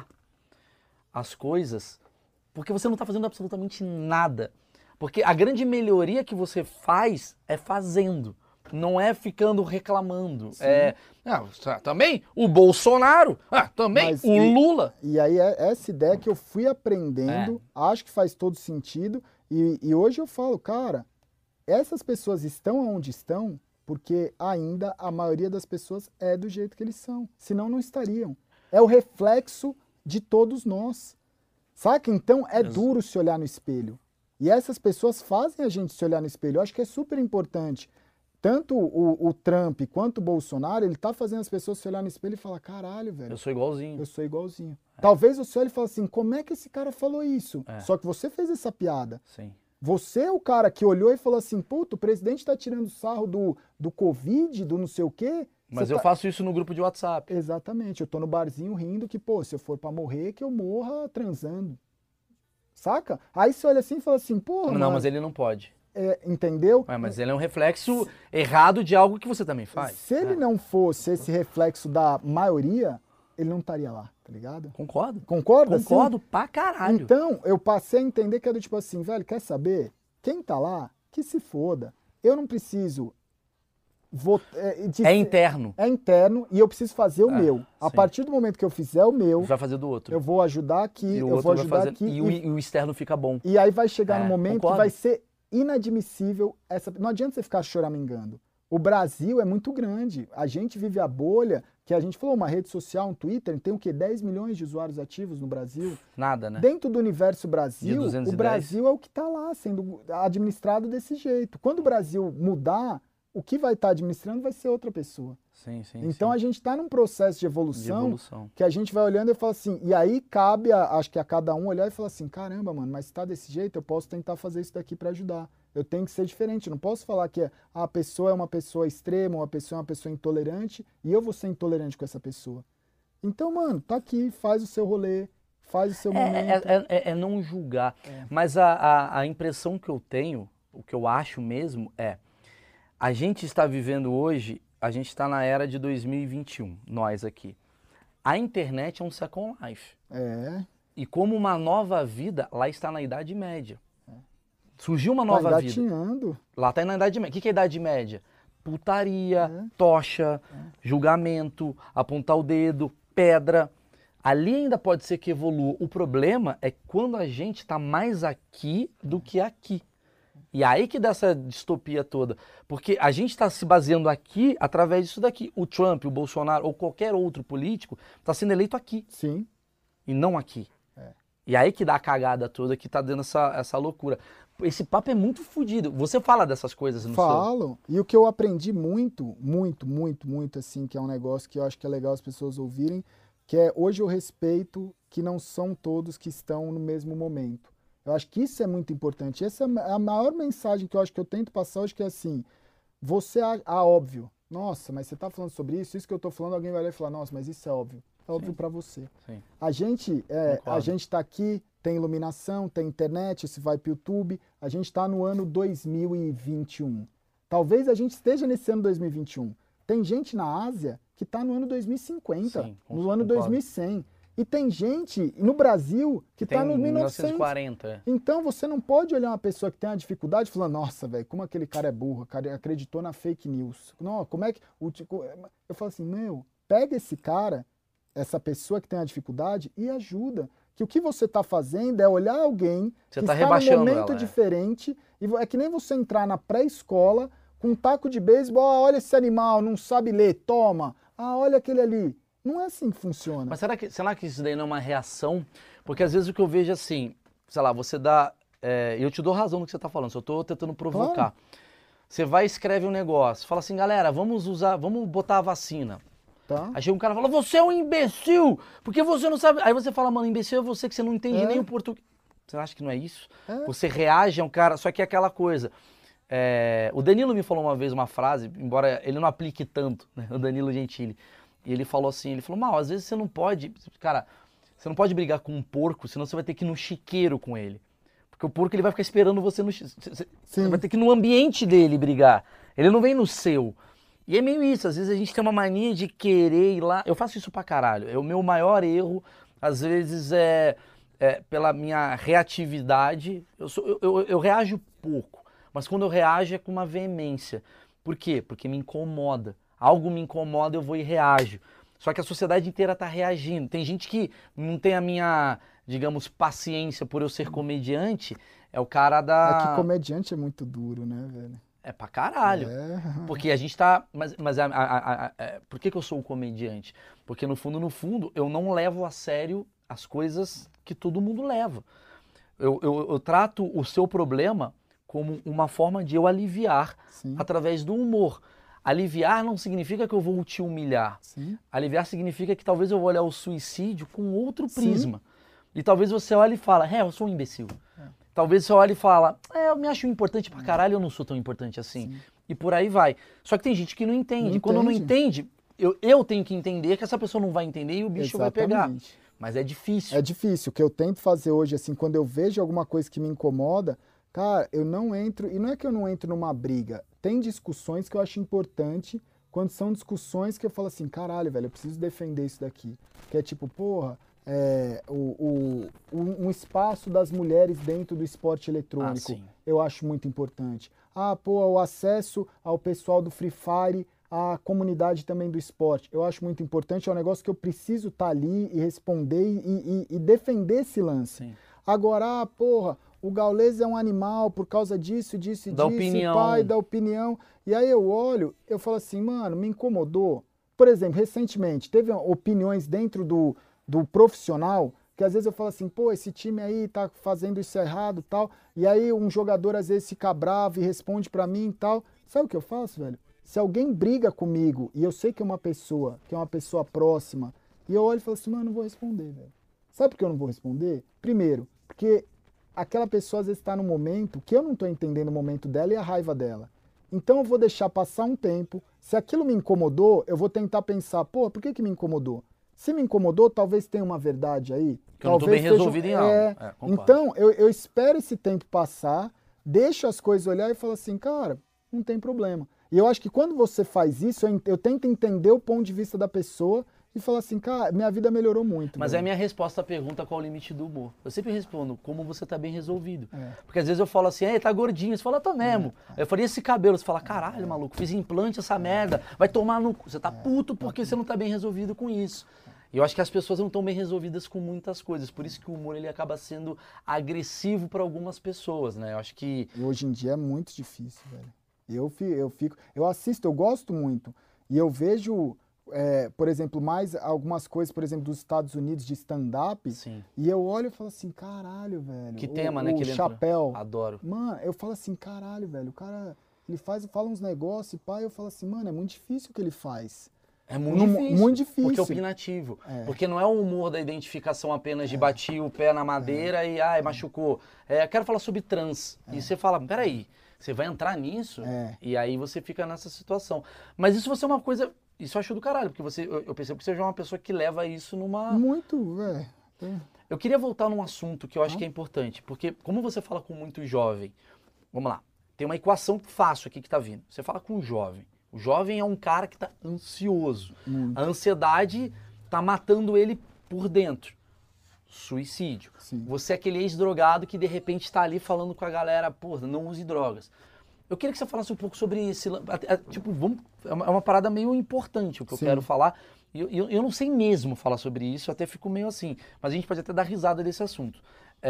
as coisas, porque você não está fazendo absolutamente nada. Porque a grande melhoria que você faz é fazendo, não é ficando reclamando. É, ah, também o Bolsonaro, ah, também Mas o e- Lula. E aí, é essa ideia que eu fui aprendendo, acho que faz todo sentido. E, e hoje eu falo, cara, essas pessoas estão onde estão porque ainda a maioria das pessoas é do jeito que eles são. Senão não estariam. É o reflexo de todos nós. Saca? Então é duro se olhar no espelho. E essas pessoas fazem a gente se olhar no espelho. Eu acho que é super importante. Tanto o, o Trump quanto o Bolsonaro, ele tá fazendo as pessoas se olhar no espelho e falar, caralho, velho. Eu sou igualzinho. Eu sou igualzinho. Talvez você olhe e fale assim, como é que esse cara falou isso? É. Só que você fez essa piada. Sim. Você é o cara que olhou e falou assim, puto, o presidente tá tirando sarro do, do Covid, do não sei o quê. Mas Você eu tá- faço isso no grupo de WhatsApp. Exatamente, eu tô no barzinho rindo que, pô, se eu for pra morrer, que eu morra transando. Saca? Aí você olha assim e fala assim, porra, Não, mano, mas ele não pode. é, entendeu? Ué, mas ele é um reflexo errado de algo que você também faz. Se ele É. não fosse esse reflexo da maioria, ele não estaria lá, tá ligado? Concordo. Concorda? assim? Concordo pra caralho. Então, eu passei a entender que é do tipo assim, velho, quer saber? Quem tá lá, que se foda. Eu não preciso... Vot... É, de É ser- interno. é interno e eu preciso fazer o É, meu. A sim. partir do momento que eu fizer o meu, Você vai fazer do outro. eu vou ajudar aqui, e o eu outro vou vai ajudar fazer. aqui. E, o, E, e o externo fica bom. e aí vai chegar É, no momento concordo. que vai ser inadmissível essa... Não adianta você ficar choramingando. O Brasil é muito grande. A gente vive a bolha, que a gente falou, uma rede social, um Twitter, tem o quê? dez milhões de usuários ativos no Brasil. Nada, né? Dentro do universo Brasil, De duzentos e o dez. Brasil é o que está lá sendo administrado desse jeito. Quando o Brasil mudar, o que vai estar administrando vai ser outra pessoa. Sim, sim. Então sim. a gente está num processo de De evolução, evolução. que a gente vai olhando e fala assim, e aí cabe, a, acho que a cada um olhar e falar assim, caramba, mano, mas se tá desse jeito, eu posso tentar fazer isso daqui para ajudar. Eu tenho que ser diferente, eu não posso falar que a pessoa é uma pessoa extrema, uma pessoa é uma pessoa intolerante, e eu vou ser intolerante com essa pessoa. Então, mano, tá aqui, faz o seu rolê, faz o seu É, momento. é, é- é- é não julgar. Mas a, a, a impressão que eu tenho, o que eu acho mesmo, é a gente está vivendo hoje, a gente está na era de dois mil e vinte e um, nós aqui. A internet é um second life. É, E como uma nova vida, lá está na Idade Média. Surgiu uma tá nova vida. engatinhando. Lá está na Idade Média. O que que é Idade Média? Putaria, É. tocha, julgamento, apontar o dedo, pedra. Ali ainda pode ser que evolua. O problema é quando a gente está mais aqui do que aqui. E aí que dá essa distopia toda. Porque a gente está se baseando aqui através disso daqui. O Trump, o Bolsonaro ou qualquer outro político está sendo eleito aqui Sim. e não aqui. É. E aí que dá a cagada toda, que tá dando essa, essa loucura. Esse papo é muito fodido. Você fala dessas coisas no seu... Falo. E o que eu aprendi muito, muito, muito, muito, assim, que é um negócio que eu acho que é legal as pessoas ouvirem, que é hoje eu respeito que não são todos que estão no mesmo momento. Eu acho que isso é muito importante. Essa é a maior mensagem que eu acho que eu tento passar hoje, que é assim, você, ah, ah, óbvio, nossa, mas você tá falando sobre isso, isso que eu tô falando, alguém vai olhar e falar, nossa, mas isso é óbvio. É óbvio para você. Sim. A gente, é, a Concordo. gente tá aqui, tem iluminação, tem internet, se vai pro YouTube, a gente tá no ano dois mil e vinte e um. Talvez a gente esteja nesse ano dois mil e vinte e um. Tem gente na Ásia que tá no ano dois mil e cinquenta, Sim, no ano concordo. dois mil e cem. E tem gente no Brasil que Tem tá no mil e mil novecentos. novecentos e quarenta. é. Então você não pode olhar uma pessoa que tem uma dificuldade e falar, nossa, velho, como aquele cara é burro, cara acreditou na fake news. Não, como é que. O, tipo, eu falo assim, meu, pega esse cara, essa pessoa que tem a dificuldade e ajuda. Que o que você está fazendo é olhar alguém Você que tá está num rebaixando momento ela, é. diferente, e é que nem você entrar na pré-escola com um taco de beisebol, ah, olha esse animal, não sabe ler, toma. Ah, olha aquele ali. Não é assim que funciona. Mas será que, será que isso daí não é uma reação? Porque às vezes o que eu vejo é assim, sei lá, você dá... E é, eu te dou razão no que você está falando, só estou tentando provocar. Claro. Você vai e escreve um negócio, fala assim, galera, vamos usar, vamos botar a vacina. Tá? Aí chega um cara e fala, você é um imbecil, porque você não sabe... Aí você fala, mano, imbecil é você que você não entende É. nem o português. Você acha que não é isso? É. Você reage a um cara, só que é aquela coisa... É, o Danilo me falou uma vez uma frase, embora ele não aplique tanto, né, o Danilo Gentili, e ele falou assim, ele falou, mal, às vezes você não pode, cara, você não pode brigar com um porco, senão você vai ter que ir no chiqueiro com ele, porque o porco ele vai ficar esperando você no chiqueiro, você, você vai ter que ir no ambiente dele brigar, ele não vem no seu, e é meio isso, às vezes a gente tem uma mania de querer ir lá, eu faço isso pra caralho, é o meu maior erro, às vezes é, é pela minha reatividade, eu, sou, eu, eu, eu reajo pouco, mas quando eu reajo é com uma veemência. Por quê? Porque me incomoda. Algo me incomoda, eu vou e reajo. Só que a sociedade inteira está reagindo. Tem gente que não tem a minha, digamos, paciência por eu ser comediante. É o cara da... É que comediante é muito duro, né, velho? É pra caralho. É. Porque a gente tá... Mas, mas a, a, a, a, a, por que, que eu sou um comediante? Porque no fundo, no fundo, eu não levo a sério as coisas que todo mundo leva. Eu, eu, eu trato o seu problema como uma forma de eu aliviar Sim. através do humor. Aliviar não significa que eu vou te humilhar. Sim. Aliviar significa que talvez eu vou olhar o suicídio com outro Sim. prisma. E talvez você olhe e fala, é, eu sou um imbecil. É. Talvez você olhe e fala, é, eu me acho importante pra caralho, eu não sou tão importante assim. Sim. E por aí vai. Só que tem gente que não entende. Não Quando entende. não entende, eu, eu tenho que entender que essa pessoa não vai entender e o bicho Exatamente. vai pegar. Mas é difícil. É difícil. O que eu tento fazer hoje, assim, quando eu vejo alguma coisa que me incomoda, cara, eu não entro, e não é que eu não entro numa briga, tem discussões que eu acho importante, quando são discussões que eu falo assim, caralho, velho, eu preciso defender isso daqui. Que é tipo, porra, é, o, o, um espaço das mulheres dentro do esporte eletrônico, ah, eu acho muito importante. Ah, pô, o acesso ao pessoal do Free Fire, à comunidade também do esporte, eu acho muito importante, é um negócio que eu preciso estar ali e responder e, e, e defender esse lance. Sim. Agora, ah, porra, o Gaules é um animal por causa disso, disso e da disso, opinião. pai, da opinião. E aí eu olho, eu falo assim, mano, me incomodou. Por exemplo, recentemente, teve opiniões dentro do, do profissional, que às vezes eu falo assim, pô, esse time aí tá fazendo isso errado e tal, e aí um jogador às vezes fica bravo e responde pra mim e tal. Sabe o que eu faço, velho? Se alguém briga comigo, e eu sei que é uma pessoa, que é uma pessoa próxima, e eu olho e falo assim, mano, não vou responder, velho. Sabe por que eu não vou responder? Primeiro, porque aquela pessoa às vezes está num momento que eu não estou entendendo o momento dela e a raiva dela. Então eu vou deixar passar um tempo. Se aquilo me incomodou, eu vou tentar pensar, pô, por que que me incomodou? Se me incomodou, talvez tenha uma verdade aí. Que eu não estou bem resolvido em algo. É, é, então eu, eu espero esse tempo passar, deixo as coisas olhar e falo assim, cara, não tem problema. E eu acho que quando você faz isso, eu, eu tento entender o ponto de vista da pessoa e falar assim, cara, minha vida melhorou muito. Mas velho. é a minha resposta à pergunta qual é o limite do humor. Eu sempre respondo como você tá bem resolvido. É. Porque às vezes eu falo assim, ei, tá gordinho. Você fala, tô mesmo. É. Aí eu falei, esse cabelo. Você fala, caralho, maluco, fiz implante essa merda. Vai tomar no cu. Você tá puto porque você não tá bem resolvido com isso. E eu acho que as pessoas não estão bem resolvidas com muitas coisas. Por isso que o humor ele acaba sendo agressivo para algumas pessoas, né? Eu acho que... E hoje em dia é muito difícil, velho. Eu, eu fico... Eu assisto, eu gosto muito. E eu vejo... É, por exemplo, mais algumas coisas, por exemplo, dos Estados Unidos de stand-up, e eu olho e falo assim, caralho, velho. Que o, tema, né? O que ele chapéu. Entra. Adoro. Mano, eu falo assim, caralho, velho, o cara, ele faz, fala uns negócios e pá, eu falo assim, mano, é muito difícil o que ele faz. É muito Não, difícil. Muito difícil. Porque é opinativo. É. Porque não é o humor da identificação apenas de é. bati o pé na madeira é. e, ai, machucou. É, quero falar sobre trans. É. E você fala, peraí, você vai entrar nisso? É. E aí você fica nessa situação. Mas isso você é uma coisa... Isso eu acho do caralho, porque você, eu, eu percebo que você é uma pessoa que leva isso numa... Muito, velho. Eu queria voltar num assunto que eu acho ah. que é importante, porque como você fala com muito jovem, vamos lá, tem uma equação fácil aqui que tá vindo. Você fala com um jovem. O jovem é um cara que tá ansioso. Muito. A ansiedade tá matando ele por dentro. Suicídio. Sim. Você é aquele ex-drogado que de repente tá ali falando com a galera, pô, não use drogas. Eu queria que você falasse um pouco sobre esse... Tipo, vamos, é uma parada meio importante o que eu Sim. quero falar. Eu, eu, eu não sei mesmo falar sobre isso, eu até fico meio assim, mas a gente pode até dar risada desse assunto.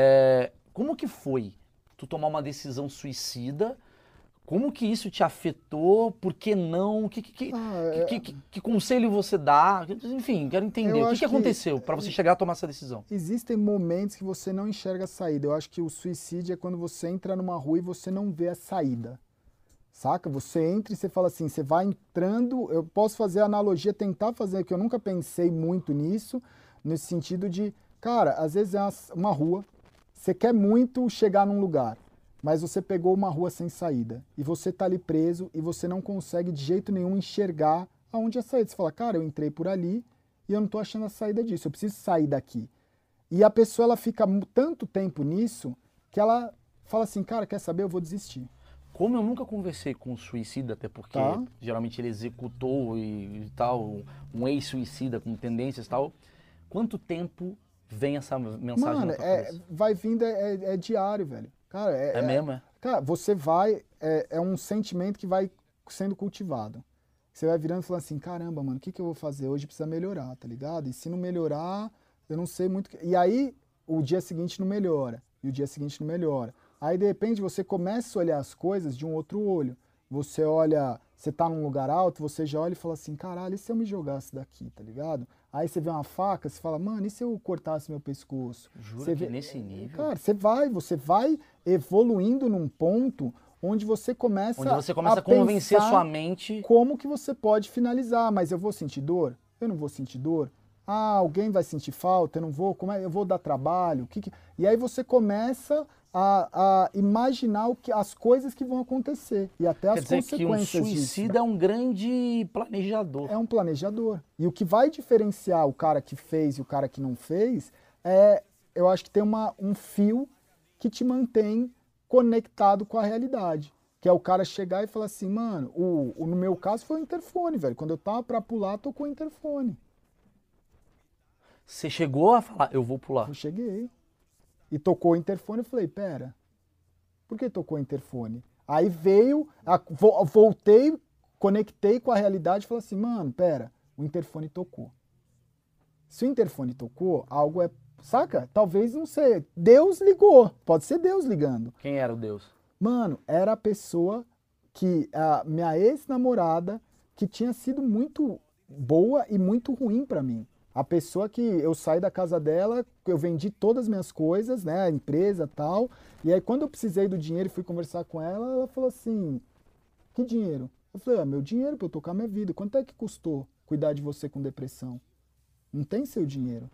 É, como que foi tu tomar uma decisão suicida? Como que isso te afetou? Por que não? Que, que, que, Ah, que, é- que- que- que conselho você dá? Enfim, quero entender. Eu O que, acho que que- aconteceu para você chegar a tomar essa decisão? Existem momentos que você não enxerga a saída. Eu acho que o suicídio é quando você entra numa rua e você não vê a saída. Saca? Você entra e você fala assim, você vai entrando, eu posso fazer a analogia, tentar fazer, que eu nunca pensei muito nisso, nesse sentido de, cara, às vezes é uma, uma rua, você quer muito chegar num lugar, mas você pegou uma rua sem saída, e você tá ali preso, e você não consegue de jeito nenhum enxergar aonde é a saída. Você fala, cara, eu entrei por ali, e eu não tô achando a saída disso, eu preciso sair daqui. E a pessoa, ela fica mu- tanto tempo nisso, que ela fala assim, cara, quer saber, eu vou desistir. Como eu nunca conversei com um suicida, até porque Tá. geralmente ele executou e, e tal, um ex-suicida com tendências e tal, quanto tempo vem essa mensagem Mano, na tua é, cabeça? vai vindo, é, é- é diário, velho. Cara, é, É mesmo, é? cara, você vai, é, é um sentimento que vai sendo cultivado. Você vai virando e falando assim, caramba, mano, o que, que eu vou fazer hoje? Precisa melhorar, tá ligado? E se não melhorar, eu não sei muito. que- E aí, o dia seguinte não melhora. E o dia seguinte não melhora. Aí, de repente, você começa a olhar as coisas de um outro olho. Você olha, você tá num lugar alto, você já olha e fala assim, caralho, e se eu me jogasse daqui, tá ligado? Aí você vê uma faca, você fala, mano, e se eu cortasse meu pescoço? Jura Você que vê- nesse nível? Cara, você vai, você vai evoluindo num ponto onde você começa, Onde você começa a, a convencer pensar sua mente. como que você pode finalizar. Mas eu vou sentir dor? Eu não vou sentir dor? Ah, alguém vai sentir falta? Eu não vou? Como é? Eu vou dar trabalho? O que que... E aí você começa a, a imaginar o que, as coisas que vão acontecer e até Quer as dizer que um consequências disso. suicida é um grande planejador. É um planejador. E o que vai diferenciar o cara que fez e o cara que não fez é, eu acho que tem uma, um fio que te mantém conectado com a realidade. Que é o cara chegar e falar assim, mano, o, o- no meu caso foi o interfone, velho. Quando eu tava pra pular, tocou o interfone. Você chegou a falar, eu vou pular. Eu cheguei. E tocou o interfone, eu falei, pera, por que tocou o interfone? Aí veio, a- vo- voltei, conectei com a realidade e falei assim, mano, pera, o interfone tocou. Se o interfone tocou, algo é, saca? Talvez não sei, Deus ligou, pode ser Deus ligando. Quem era o Deus? Mano, era a pessoa que, a minha ex-namorada, que tinha sido muito boa e muito ruim pra mim. A pessoa que eu saí da casa dela, eu vendi todas as minhas coisas, né, a empresa e tal, e aí quando eu precisei do dinheiro e fui conversar com ela, ela falou assim, que dinheiro? Eu falei, ah, meu dinheiro pra eu tocar minha vida, quanto é que custou cuidar de você com depressão? Não tem seu dinheiro.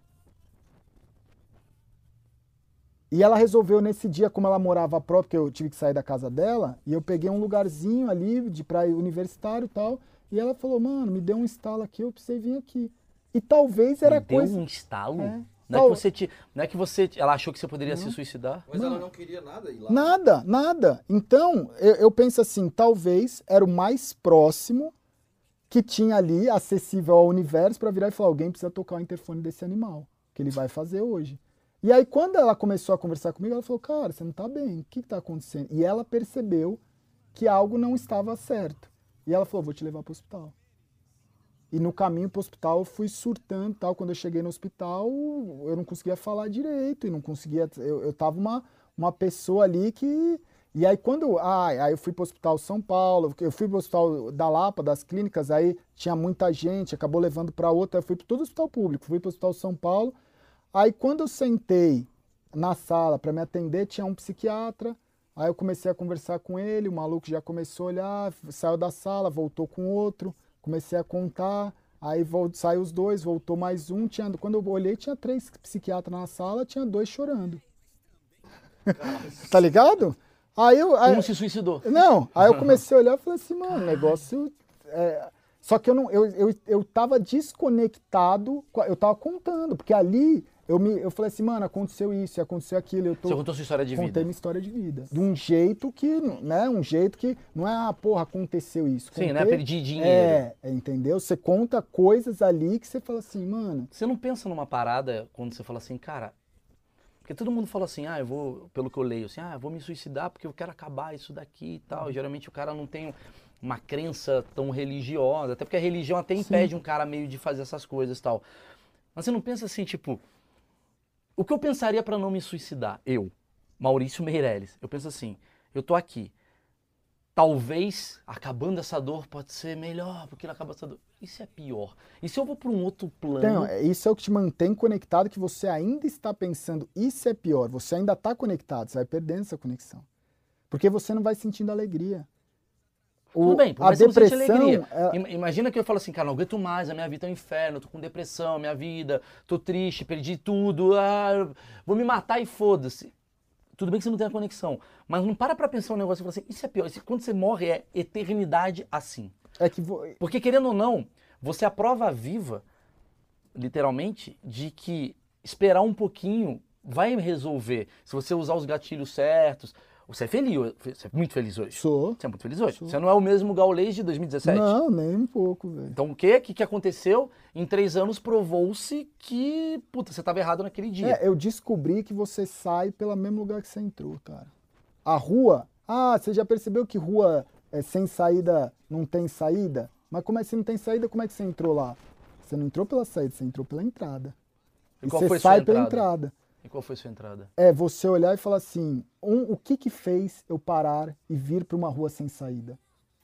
E ela resolveu nesse dia, como ela morava própria, porque eu tive que sair da casa dela, e eu peguei um lugarzinho ali de praia universitário e tal, e ela falou, mano, me deu um estalo aqui, eu precisei vir aqui. E talvez era Me deu coisa... um estalo? É. Não, é Tal- que você te, não é que você, ela achou que você poderia se suicidar? Mas ela não queria nada ir lá. Nada, nada. Então, eu, eu penso assim, talvez era o mais próximo que tinha ali, acessível ao universo, para virar e falar, alguém precisa tocar o interfone desse animal, que ele vai fazer hoje. E aí, quando ela começou a conversar comigo, ela falou, cara, você não tá bem, o que que tá acontecendo? E ela percebeu que algo não estava certo. E ela falou, vou te levar pro hospital. E no caminho pro hospital eu fui surtando e tal. Quando eu cheguei no hospital, eu não conseguia falar direito. E não conseguia. Eu, eu tava uma, uma pessoa ali que. E aí quando. Ah, aí eu fui pro hospital São Paulo, eu fui pro hospital da Lapa, das clínicas, aí tinha muita gente, acabou levando para outra. Eu fui para todo o hospital público, fui pro hospital São Paulo. Aí quando eu sentei na sala para me atender, tinha um psiquiatra. Aí eu comecei a conversar com ele, o maluco já começou a olhar, saiu da sala, voltou com outro. Comecei a contar, aí vol- saiu os dois, voltou mais um. Tinha, quando eu olhei, tinha três psiquiatras na sala, tinha dois chorando. Tá ligado? Aí eu. Aí, Um se suicidou. não, aí eu comecei a olhar e falei assim, mano, o negócio. é, Só que eu não. Eu, eu, eu tava desconectado, com a- eu tava contando, porque ali eu, me, eu falei assim, mano, aconteceu isso, aconteceu aquilo. Eu tô, Você contou sua história de Contei vida. minha história de vida. De um jeito que, né, um jeito que não é, ah, porra, aconteceu isso. Sim, Contei- né? Perdi dinheiro. É, é, entendeu? Você conta coisas ali que você fala assim, mano, Você não pensa numa parada quando você fala assim, cara. Porque todo mundo fala assim, ah, eu vou, pelo que eu leio, assim, ah, eu vou me suicidar porque eu quero acabar isso daqui e tal. Geralmente o cara não tem uma crença tão religiosa, até porque a religião até impede Sim. um cara meio de fazer essas coisas e tal. Mas você não pensa assim, tipo, o que eu pensaria pra não me suicidar? Eu, Maurício Meirelles, eu penso assim, eu tô aqui, talvez acabando essa dor pode ser melhor, porque ele acaba essa dor. Isso é pior. E se eu vou pra um outro plano... Então, isso é o que te mantém conectado, que você ainda está pensando, isso é pior, você ainda tá conectado, você vai perdendo essa conexão. Porque você não vai sentindo alegria. O, Tudo bem, mas a depressão, você não sente alegria. É... Imagina que eu falo assim, cara, não aguento mais, a minha vida é um inferno, eu tô com depressão, a minha vida, tô triste, perdi tudo, ah, vou me matar e foda-se. Tudo bem que você não tem a conexão, mas não para pra pensar um negócio e fala assim, isso é pior, quando você morre é eternidade assim. É que vo... Porque querendo ou não, você é a prova viva, literalmente, de que esperar um pouquinho vai resolver. Se você usar os gatilhos certos... Você é feliz, você é muito feliz hoje? Sou. Você é muito feliz hoje? Sou. Você não é o mesmo Gaulês de dois mil e dezessete? Não, nem um pouco, velho. Então o quê? O que, que aconteceu? Em três anos provou-se que, puta, você estava errado naquele dia. É, eu descobri que você sai pelo mesmo lugar que você entrou, cara. A rua, ah, você já percebeu que rua é, sem saída não tem saída? Mas como é que não tem saída, como é que você entrou lá? Você não entrou pela saída, você entrou pela entrada. E, e qual você foi sai sua pela entrada? entrada. E qual foi sua entrada? É você olhar e falar assim, um, o que que fez eu parar e vir para uma rua sem saída?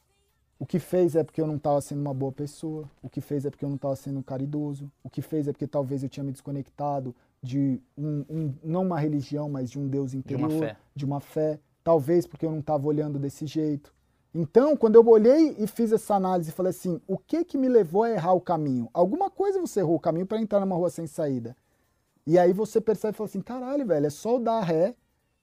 O que fez é porque eu não estava sendo uma boa pessoa, o que fez é porque eu não estava sendo caridoso, o que fez é porque talvez eu tinha me desconectado de, um, um, não uma religião, mas de um Deus interior, de uma fé, de uma fé. Talvez porque eu não estava olhando desse jeito. Então, quando eu olhei e fiz essa análise e falei assim, o que que me levou a errar o caminho? Alguma coisa você errou o caminho para entrar numa rua sem saída. E aí você percebe e fala assim, caralho, velho, é só eu dar ré,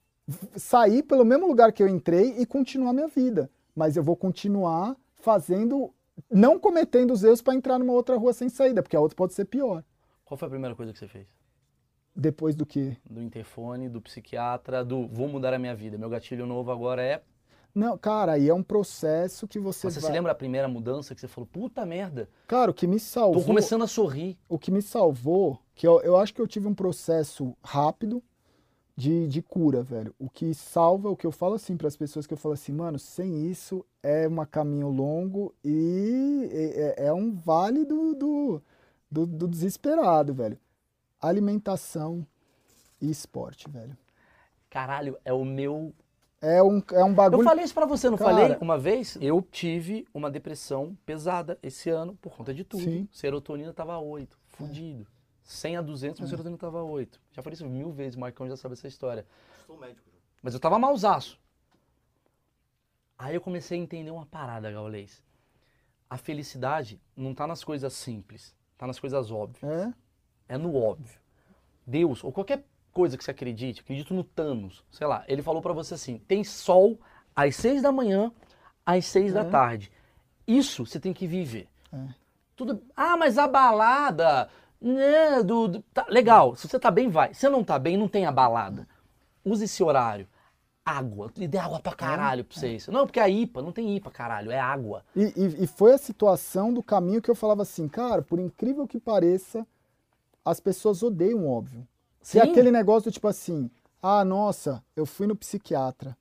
sair pelo mesmo lugar que eu entrei e continuar minha vida. Mas eu vou continuar fazendo, não cometendo os erros para entrar numa outra rua sem saída, porque a outra pode ser pior. Qual foi a primeira coisa que você fez? Depois do quê? Do interfone, do psiquiatra, do vou mudar a minha vida. Meu gatilho novo agora é... Não, cara, aí é um processo que você Mas você vai... se lembra da primeira mudança que você falou, puta merda? Cara, o que me salvou... Tô começando a sorrir. O que me salvou, que eu, eu acho que eu tive um processo rápido de, de cura, velho. O que salva, o que eu falo assim para as pessoas, que eu falo assim, mano, sem isso é um caminho longo e é, é um vale do, do, do, do desesperado, velho. Alimentação e esporte, velho. Caralho, é o meu... É um, é um bagulho... Eu falei isso pra você, não Cara... falei? Uma vez, eu tive uma depressão pesada esse ano por conta de tudo. Sim. Serotonina tava a oito, fudido. É. cem a duzentos, mas é. serotonina tava a oito. Já falei isso mil vezes, o Marcão já sabe essa história. Sou médico. Mas eu tava malzaço. Aí eu comecei a entender uma parada, Gaulês. A felicidade não tá nas coisas simples, tá nas coisas óbvias. É? É no óbvio. Deus, ou qualquer coisa que você acredite, acredito no Thanos, sei lá, ele falou pra você assim, tem sol às seis da manhã, às seis é. da tarde. Isso você tem que viver. É. Tudo, ah, mas a balada, né, do, do tá, legal, se você tá bem, vai. Se não tá bem, não tem a balada. Use esse horário. Água, lhe dê água pra caralho é. pra vocês. Não, porque a I P A, não tem I P A, caralho, é água. E, e, e foi a situação do caminho que eu falava assim, cara, por incrível que pareça, as pessoas odeiam o óbvio. Se é aquele negócio do tipo assim, ah, nossa, eu fui no psiquiatra.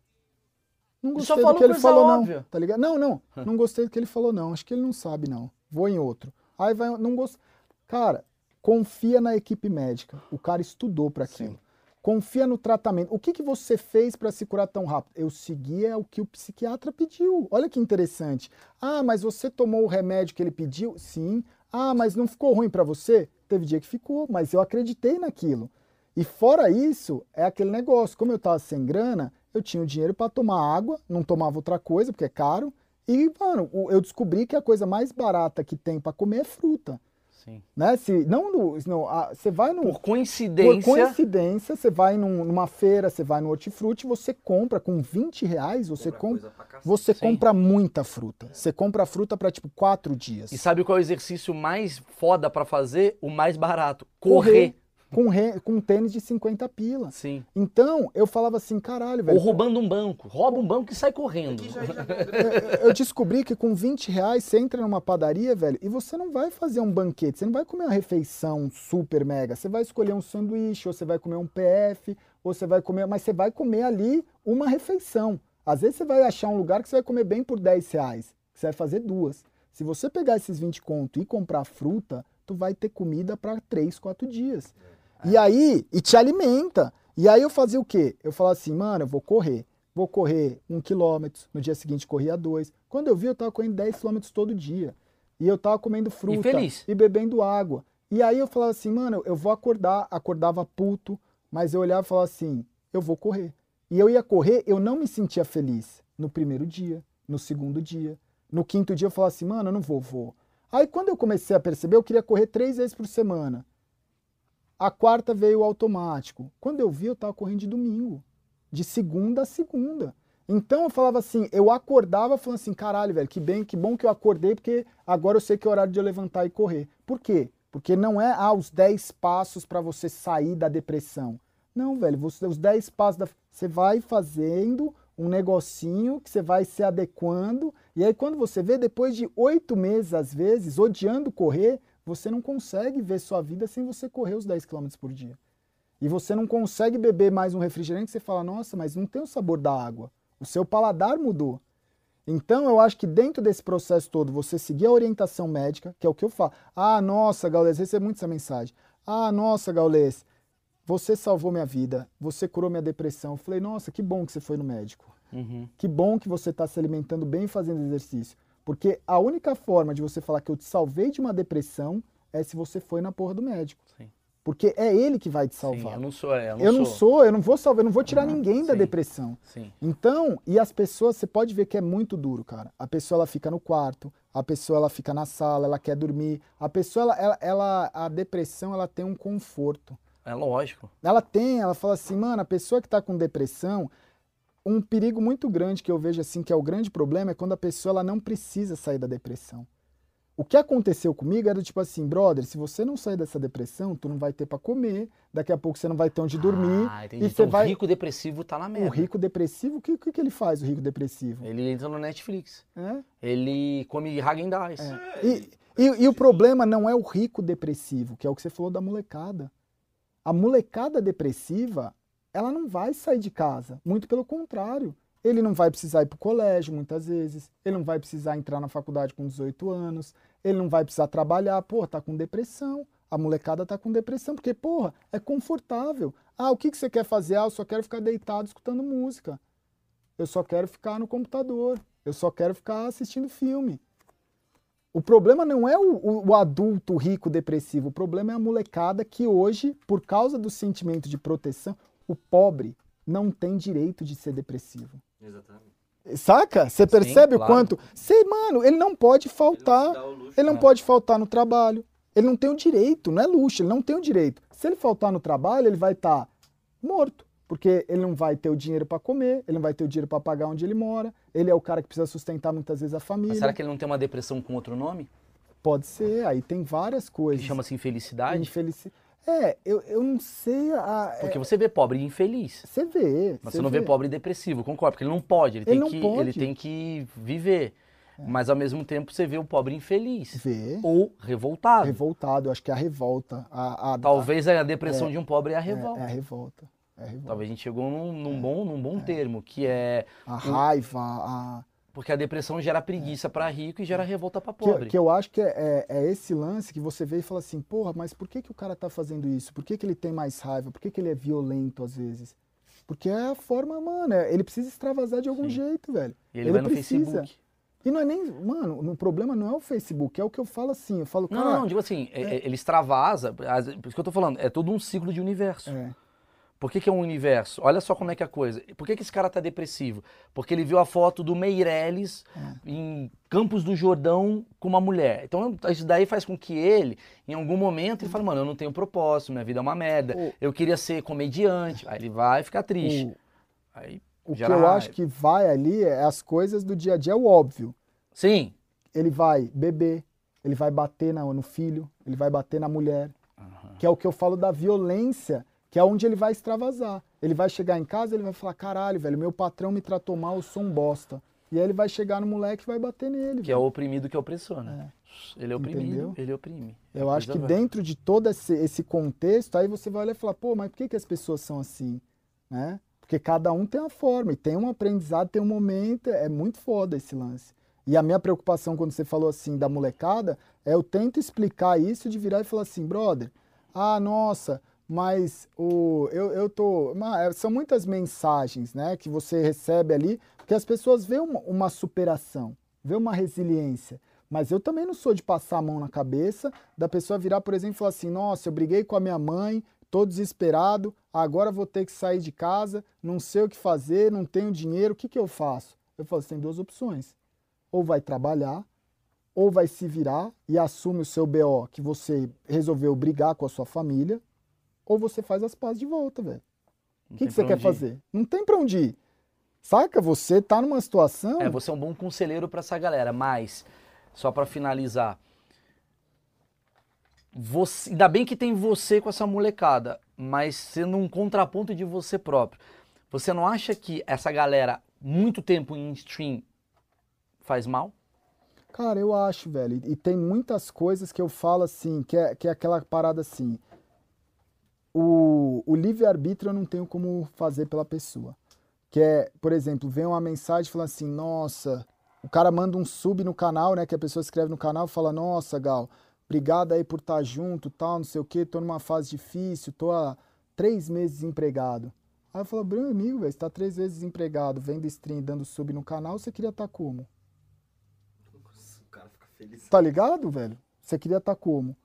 Não gostei do que ele falou, óbvia. não. Tá ligado? Não, não. Não gostei do que ele falou, não. Acho que ele não sabe, não. Vou em outro. Aí vai, não gosto. Cara, confia na equipe médica. O cara estudou para aquilo. Sim. Confia no tratamento. O que, que você fez para se curar tão rápido? Eu seguia o que o psiquiatra pediu. Olha que interessante. Ah, mas você tomou o remédio que ele pediu? Sim. Ah, mas não ficou ruim para você? Teve dia que ficou, mas eu acreditei naquilo. E fora isso, é aquele negócio, como eu tava sem grana, eu tinha o dinheiro para tomar água, não tomava outra coisa, porque é caro, e, mano, eu descobri que a coisa mais barata que tem para comer é fruta. Sim. Né? Se, não, no, não a, você vai no... Por coincidência... Por coincidência, você vai num, numa feira, você vai no hortifruti, você compra com vinte reais, você, com, você compra muita fruta. É. Você compra fruta para tipo, quatro dias. E sabe qual é o exercício mais foda para fazer? O mais barato? Correr. Correr. Com, re, com tênis de cinquenta pila. Sim. Então, eu falava assim, caralho, velho. Ou roubando um banco. Rouba um banco e sai correndo. Já, já... eu, eu descobri que com vinte reais você entra numa padaria, velho, e você não vai fazer um banquete, você não vai comer uma refeição super mega. Você vai escolher um sanduíche, ou você vai comer um P F, ou você vai comer... Mas você vai comer ali uma refeição. Às vezes você vai achar um lugar que você vai comer bem por dez reais. que você vai fazer duas. Se você pegar esses vinte conto e comprar fruta, tu vai ter comida para três, quatro dias. É. E aí, e te alimenta. E aí eu fazia o quê? Eu falava assim, mano, eu vou correr. Vou correr um quilômetro, no dia seguinte corria dois. Quando eu vi, eu tava correndo dez quilômetros todo dia. E eu tava comendo fruta e, feliz. e bebendo água. E aí eu falava assim, mano, eu vou acordar. Acordava puto, mas eu olhava e falava assim, eu vou correr. E eu ia correr, eu não me sentia feliz no primeiro dia, no segundo dia. No quinto dia eu falava assim, mano, eu não vou, vou. Aí quando eu comecei a perceber, eu queria correr três vezes por semana. A quarta veio o automático. Quando eu vi, eu tava correndo de domingo. De segunda a segunda. Então eu falava assim, eu acordava falando assim, caralho, velho, que bem, que bom que eu acordei, porque agora eu sei que é horário de eu levantar e correr. Por quê? Porque não é ah, os dez passos para você sair da depressão. Não, velho, você, os dez passos, da, você vai fazendo um negocinho que você vai se adequando, e aí quando você vê, depois de oito meses, às vezes, odiando correr, você não consegue ver sua vida sem você correr os dez quilômetros por dia. E você não consegue beber mais um refrigerante, você fala, nossa, mas não tem o sabor da água. O seu paladar mudou. Então, eu acho que dentro desse processo todo, você seguir a orientação médica, que é o que eu falo. Ah, nossa, Gaules, recebo muito essa mensagem. Ah, nossa, Gaules, você salvou minha vida, você curou minha depressão. Eu falei, nossa, que bom que você foi no médico. Uhum. Que bom que você está se alimentando bem e fazendo exercício. Porque a única forma de você falar que eu te salvei de uma depressão é se você foi na porra do médico. Sim. Porque é ele que vai te salvar. Sim, eu não sou, é, eu não eu sou. não sou, eu não vou salvar, eu não vou tirar uhum, ninguém sim, da depressão. Sim. Então, e as pessoas, você pode ver que é muito duro, cara. A pessoa, ela fica no quarto, a pessoa, ela fica na sala, ela quer dormir. A pessoa, ela, ela, ela a depressão, ela tem um conforto. É lógico. Ela tem, ela fala assim, mano, a pessoa que tá com depressão, um perigo muito grande que eu vejo assim, que é o grande problema, é quando a pessoa, ela não precisa sair da depressão. O que aconteceu comigo era tipo assim, brother, se você não sair dessa depressão, tu não vai ter pra comer, daqui a pouco você não vai ter onde dormir. Ah, entendi. E então você vai... o rico depressivo tá na merda. O rico depressivo, o que, que, que ele faz, o rico depressivo? Ele entra no Netflix. É? Ele come Häagen-Dazs. É. E, e, e o problema não é o rico depressivo, que é o que você falou da molecada. A molecada depressiva, ela não vai sair de casa, muito pelo contrário. Ele não vai precisar ir para o colégio, muitas vezes. Ele não vai precisar entrar na faculdade com dezoito anos. Ele não vai precisar trabalhar. Pô, tá com depressão. A molecada tá com depressão, porque, porra, é confortável. Ah, o que, que você quer fazer? Ah, eu só quero ficar deitado escutando música. Eu só quero ficar no computador. Eu só quero ficar assistindo filme. O problema não é o, o, o adulto rico depressivo. O problema é a molecada que hoje, por causa do sentimento de proteção, o pobre não tem direito de ser depressivo. Exatamente. Saca? Você percebe Sim, o claro. quanto... Cê, mano, ele não pode faltar. Ele não, se dá o luxo, Ele não né? pode faltar no trabalho. Ele não tem o direito, não é luxo, ele não tem o direito. Se ele faltar no trabalho, ele vai estar morto. Porque ele não vai ter o dinheiro para comer, ele não vai ter o dinheiro para pagar onde ele mora, ele é o cara que precisa sustentar muitas vezes a família. Mas será que ele não tem uma depressão com outro nome? Pode ser, aí tem várias coisas. Que chama-se infelicidade? Infelici... É, eu, eu não sei... A, Porque é... você vê pobre e infeliz. Você vê. Mas você não vê pobre e depressivo, concordo, porque ele não pode, ele, Ele tem, não que, pode. ele tem que viver. É. Mas ao mesmo tempo você vê o pobre infeliz. Vê. Ou revoltado. Revoltado, eu acho que é a revolta. A, a, Talvez a depressão é, de um pobre é a revolta. É, é a revolta. É a revolta. Talvez a gente chegou num, num é, bom, num bom é. termo, que é... A raiva, a... Porque a depressão gera preguiça é. para rico e gera revolta para Que, pobre. que eu acho que é, é, é esse lance que você vê e fala assim, porra, mas por que, que o cara tá fazendo isso? Por que, que ele tem mais raiva? Por que, que ele é violento às vezes? Porque é a forma, mano, é, ele precisa extravasar de algum Sim. jeito, velho. E ele, ele vai no precisa. Facebook. E não é nem, mano, o problema não é o Facebook, é o que eu falo assim, eu falo, cara... Não, não, digo assim, é. ele extravasa, por isso que eu tô falando, é todo um ciclo de universo. É. Por que, que é um universo? Olha só como é que é a coisa. Por que, que esse cara tá depressivo? Porque ele viu a foto do Meirelles é. em Campos do Jordão com uma mulher. Então isso daí faz com que ele, em algum momento, ele fale, mano, eu não tenho propósito, minha vida é uma merda, O... eu queria ser comediante. Aí ele vai ficar triste. O, Aí, o que eu raiva. acho que vai ali é as coisas do dia a dia, é o óbvio. Sim. Ele vai beber, ele vai bater na, no filho, ele vai bater na mulher, Uhum. que é o que eu falo da violência, que é onde ele vai extravasar. Ele vai chegar em casa, ele vai falar, caralho, velho, meu patrão me tratou mal, eu sou um bosta. E aí ele vai chegar no moleque e vai bater nele. Que velho. é o oprimido que é opressor, né? É. Ele é oprimido, Entendeu? ele oprime. Eu É acho que vai. dentro de todo esse, esse contexto, aí você vai olhar e falar, pô, mas por que, que as pessoas são assim? Né? Porque cada um tem uma forma, e tem um aprendizado, tem um momento, é muito foda esse lance. E a minha preocupação quando você falou assim da molecada, é eu tento explicar isso de virar e falar assim, brother, ah, nossa, mas o, eu, eu tô... São muitas mensagens, né, que você recebe ali, porque as pessoas veem uma, uma superação, veem uma resiliência. Mas eu também não sou de passar a mão na cabeça da pessoa virar, por exemplo, e falar assim, nossa, eu briguei com a minha mãe, tô desesperado, agora vou ter que sair de casa, não sei o que fazer, não tenho dinheiro, o que que eu faço? Eu falo, você tem duas opções. Ou vai trabalhar, ou vai se virar e assume o seu B O que você resolveu brigar com a sua família, ou você faz as pazes de volta, velho. O que, que você quer fazer? Não tem pra onde ir. Saca? Você tá numa situação... É, você é um bom conselheiro pra essa galera, mas, só pra finalizar, você, ainda bem que tem você com essa molecada, mas sendo um contraponto de você próprio, você não acha que essa galera, muito tempo em stream, faz mal? Cara, eu acho, velho. E tem muitas coisas que eu falo assim, que é, que é aquela parada assim. O, o livre-arbítrio eu não tenho como fazer pela pessoa. Que é, por exemplo, vem uma mensagem falando assim, nossa, o cara manda um sub no canal, né? Que a pessoa escreve no canal e fala, nossa, Gal, obrigado aí por estar junto, tal, não sei o quê, tô numa fase difícil, tô há três meses desempregado. Aí eu falo, meu amigo, velho, você tá três vezes desempregado, vendo stream, dando sub no canal, você queria estar como? O cara fica feliz. Tá ligado, velho? Você queria estar como?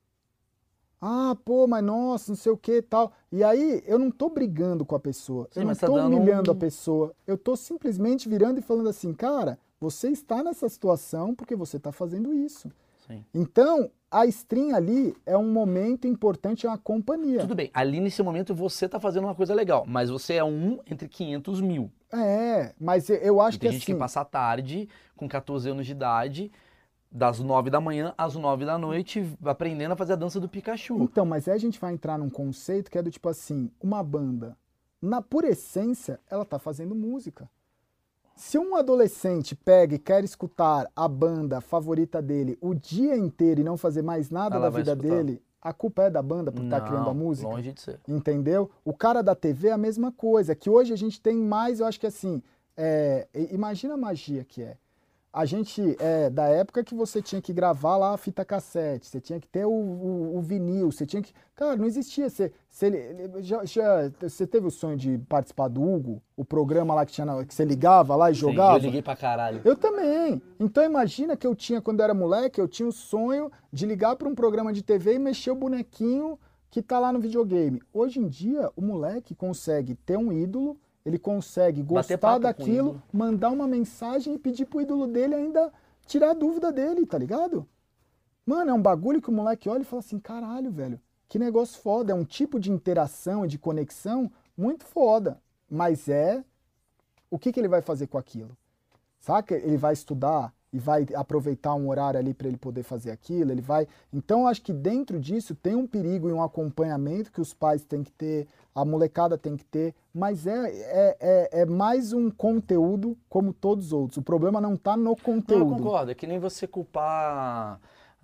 Ah, pô, mas nossa, não sei o que e tal. E aí, eu não tô brigando com a pessoa. Sim, eu não mas tá tô dando humilhando um- a pessoa. Eu tô simplesmente virando e falando assim, cara, você está nessa situação porque você tá fazendo isso. Sim. Então, a stream ali é um momento importante, é uma companhia. Tudo bem, ali nesse momento você tá fazendo uma coisa legal, mas você é um entre quinhentos mil. É, mas eu- eu acho E que tem gente assim... que passa a tarde, com quatorze anos de idade, das nove da manhã às nove da noite, aprendendo a fazer a dança do Pikachu. Então, mas aí a gente vai entrar num conceito que é do tipo assim, uma banda, na por essência, ela tá fazendo música. Se um adolescente pega e quer escutar a banda favorita dele o dia inteiro e não fazer mais nada Ela da vai vida escutar. dele, a culpa é da banda por estar criando a Não, música? longe de ser. Entendeu? O cara da T V é a mesma coisa, que hoje a gente tem mais, eu acho que assim, é, i- imagina a magia que é. A gente é da época que você tinha que gravar lá a fita cassete, você tinha que ter o, o, o vinil, você tinha que... Cara, não existia. Você, você, ele- já, já- você teve o sonho de participar do Hugo, o programa lá que, tinha na- que você ligava lá e Sim, jogava? eu liguei pra caralho. Eu também. Então imagina que eu tinha, quando eu era moleque, eu tinha o sonho de ligar para um programa de T V e mexer o bonequinho que tá lá no videogame. Hoje em dia, o moleque consegue ter um ídolo, ele consegue Bater gostar papo com o daquilo, ídolo. mandar uma mensagem e pedir pro ídolo dele ainda tirar a dúvida dele, tá ligado? Mano, é um bagulho que o moleque olha e fala assim, caralho, velho, que negócio foda. É um tipo de interação e de conexão muito foda. Mas é... O que, que ele vai fazer com aquilo? Saca? Ele vai estudar e vai aproveitar um horário ali para ele poder fazer aquilo, ele vai... Então, eu acho que dentro disso tem um perigo e um acompanhamento que os pais têm que ter, a molecada tem que ter, mas é, é, é, é mais um conteúdo como todos os outros. O problema não tá no Não, eu conteúdo. concordo. É que nem você culpar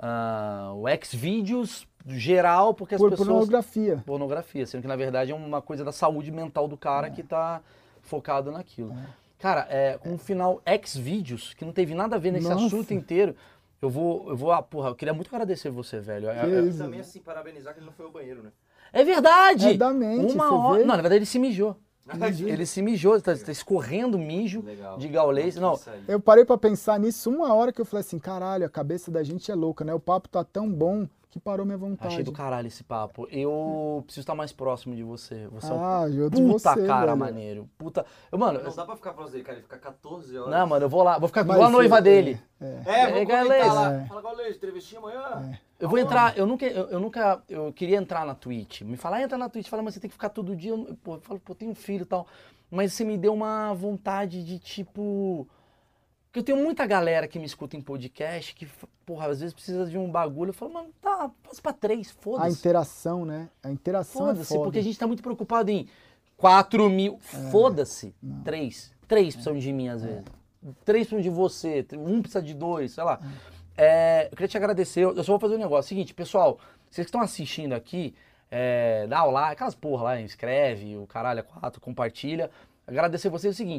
ah, o Xvideos geral porque as Por pessoas... pornografia. Pornografia, sendo que na verdade é uma coisa da saúde mental do cara que tá focado naquilo. Cara, é, com o final Xvideos, que não teve nada a ver nesse Nossa. assunto inteiro, eu vou, eu vou, ah, porra, eu queria muito agradecer você, velho. É, Que é- E isso. também, assim, parabenizar que ele não foi ao banheiro, né? é verdade! É da mente, Uma você hora... vê? Não, na verdade ele se mijou. Ele- Ele se mijou, tá, tá escorrendo mijo Legal. de gaulês. Não, Isso aí. Eu parei pra pensar nisso uma hora que eu falei assim, caralho, a cabeça da gente é louca, né? O papo tá tão bom que parou minha vontade. achei do caralho esse papo. Eu preciso estar mais próximo de você. Você é um Ah, eu de puta você, cara velho. maneiro. Puta... Eu, mano, Não dá pra ficar próximo dele, cara. Ele fica quatorze horas. não, mano, eu vou lá, vou ficar Mas igual a noiva é- dele. É. É, É, vamos galera. comentar lá. É. Fala, Gaules, entrevistinha amanhã. Eu vou entrar, eu nunca, eu, eu nunca, eu queria entrar na Twitch. Me fala, entra na Twitch, fala, mas você tem que ficar todo dia. Eu, pô, eu falo, pô, tenho um filho e tal. Mas você me deu uma vontade de tipo. Porque eu tenho muita galera que me escuta em podcast que, porra, às vezes precisa de um bagulho. Eu falo, mano, tá, faz pra três, A foda-se. interação, né? A interação é Foda-se, foda. porque a gente tá muito preocupado em quatro mil. Foda-se. Três. Três precisam de mim, às vezes. Três precisam de você. Um precisa de dois, sei lá. É, eu queria te agradecer. Eu só vou fazer um negócio. Seguinte, pessoal, vocês que estão assistindo aqui, é, dá o like, aquelas porra lá, inscreve, o caralho, é quatro, compartilha. Agradecer vocês é o seguinte.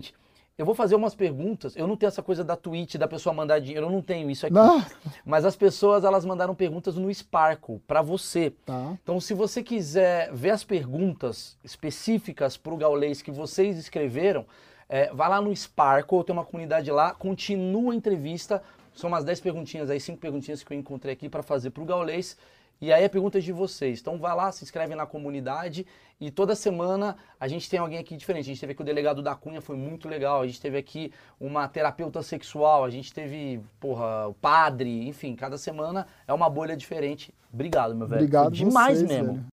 Eu vou fazer umas perguntas. Eu não tenho essa coisa da Twitch, da pessoa mandar dinheiro. Eu não tenho isso aqui. Não. Mas as pessoas, elas mandaram perguntas no Sparkle para você. Tá. Então, se você quiser ver as perguntas específicas para o Gaules que vocês escreveram, é, vai lá no Sparkle, tem uma comunidade lá, continua a entrevista. São umas dez perguntinhas aí, cinco perguntinhas que eu encontrei aqui para fazer para o Gaules. E aí é perguntas de vocês. Então vai lá, se inscreve na comunidade e toda semana a gente tem alguém aqui diferente. A gente teve aqui o delegado da Cunha, foi muito legal. A gente teve aqui uma terapeuta sexual, a gente teve, porra, o padre, enfim, cada semana é uma bolha diferente. Obrigado, meu velho. Obrigado Foi demais vocês, mesmo. velho.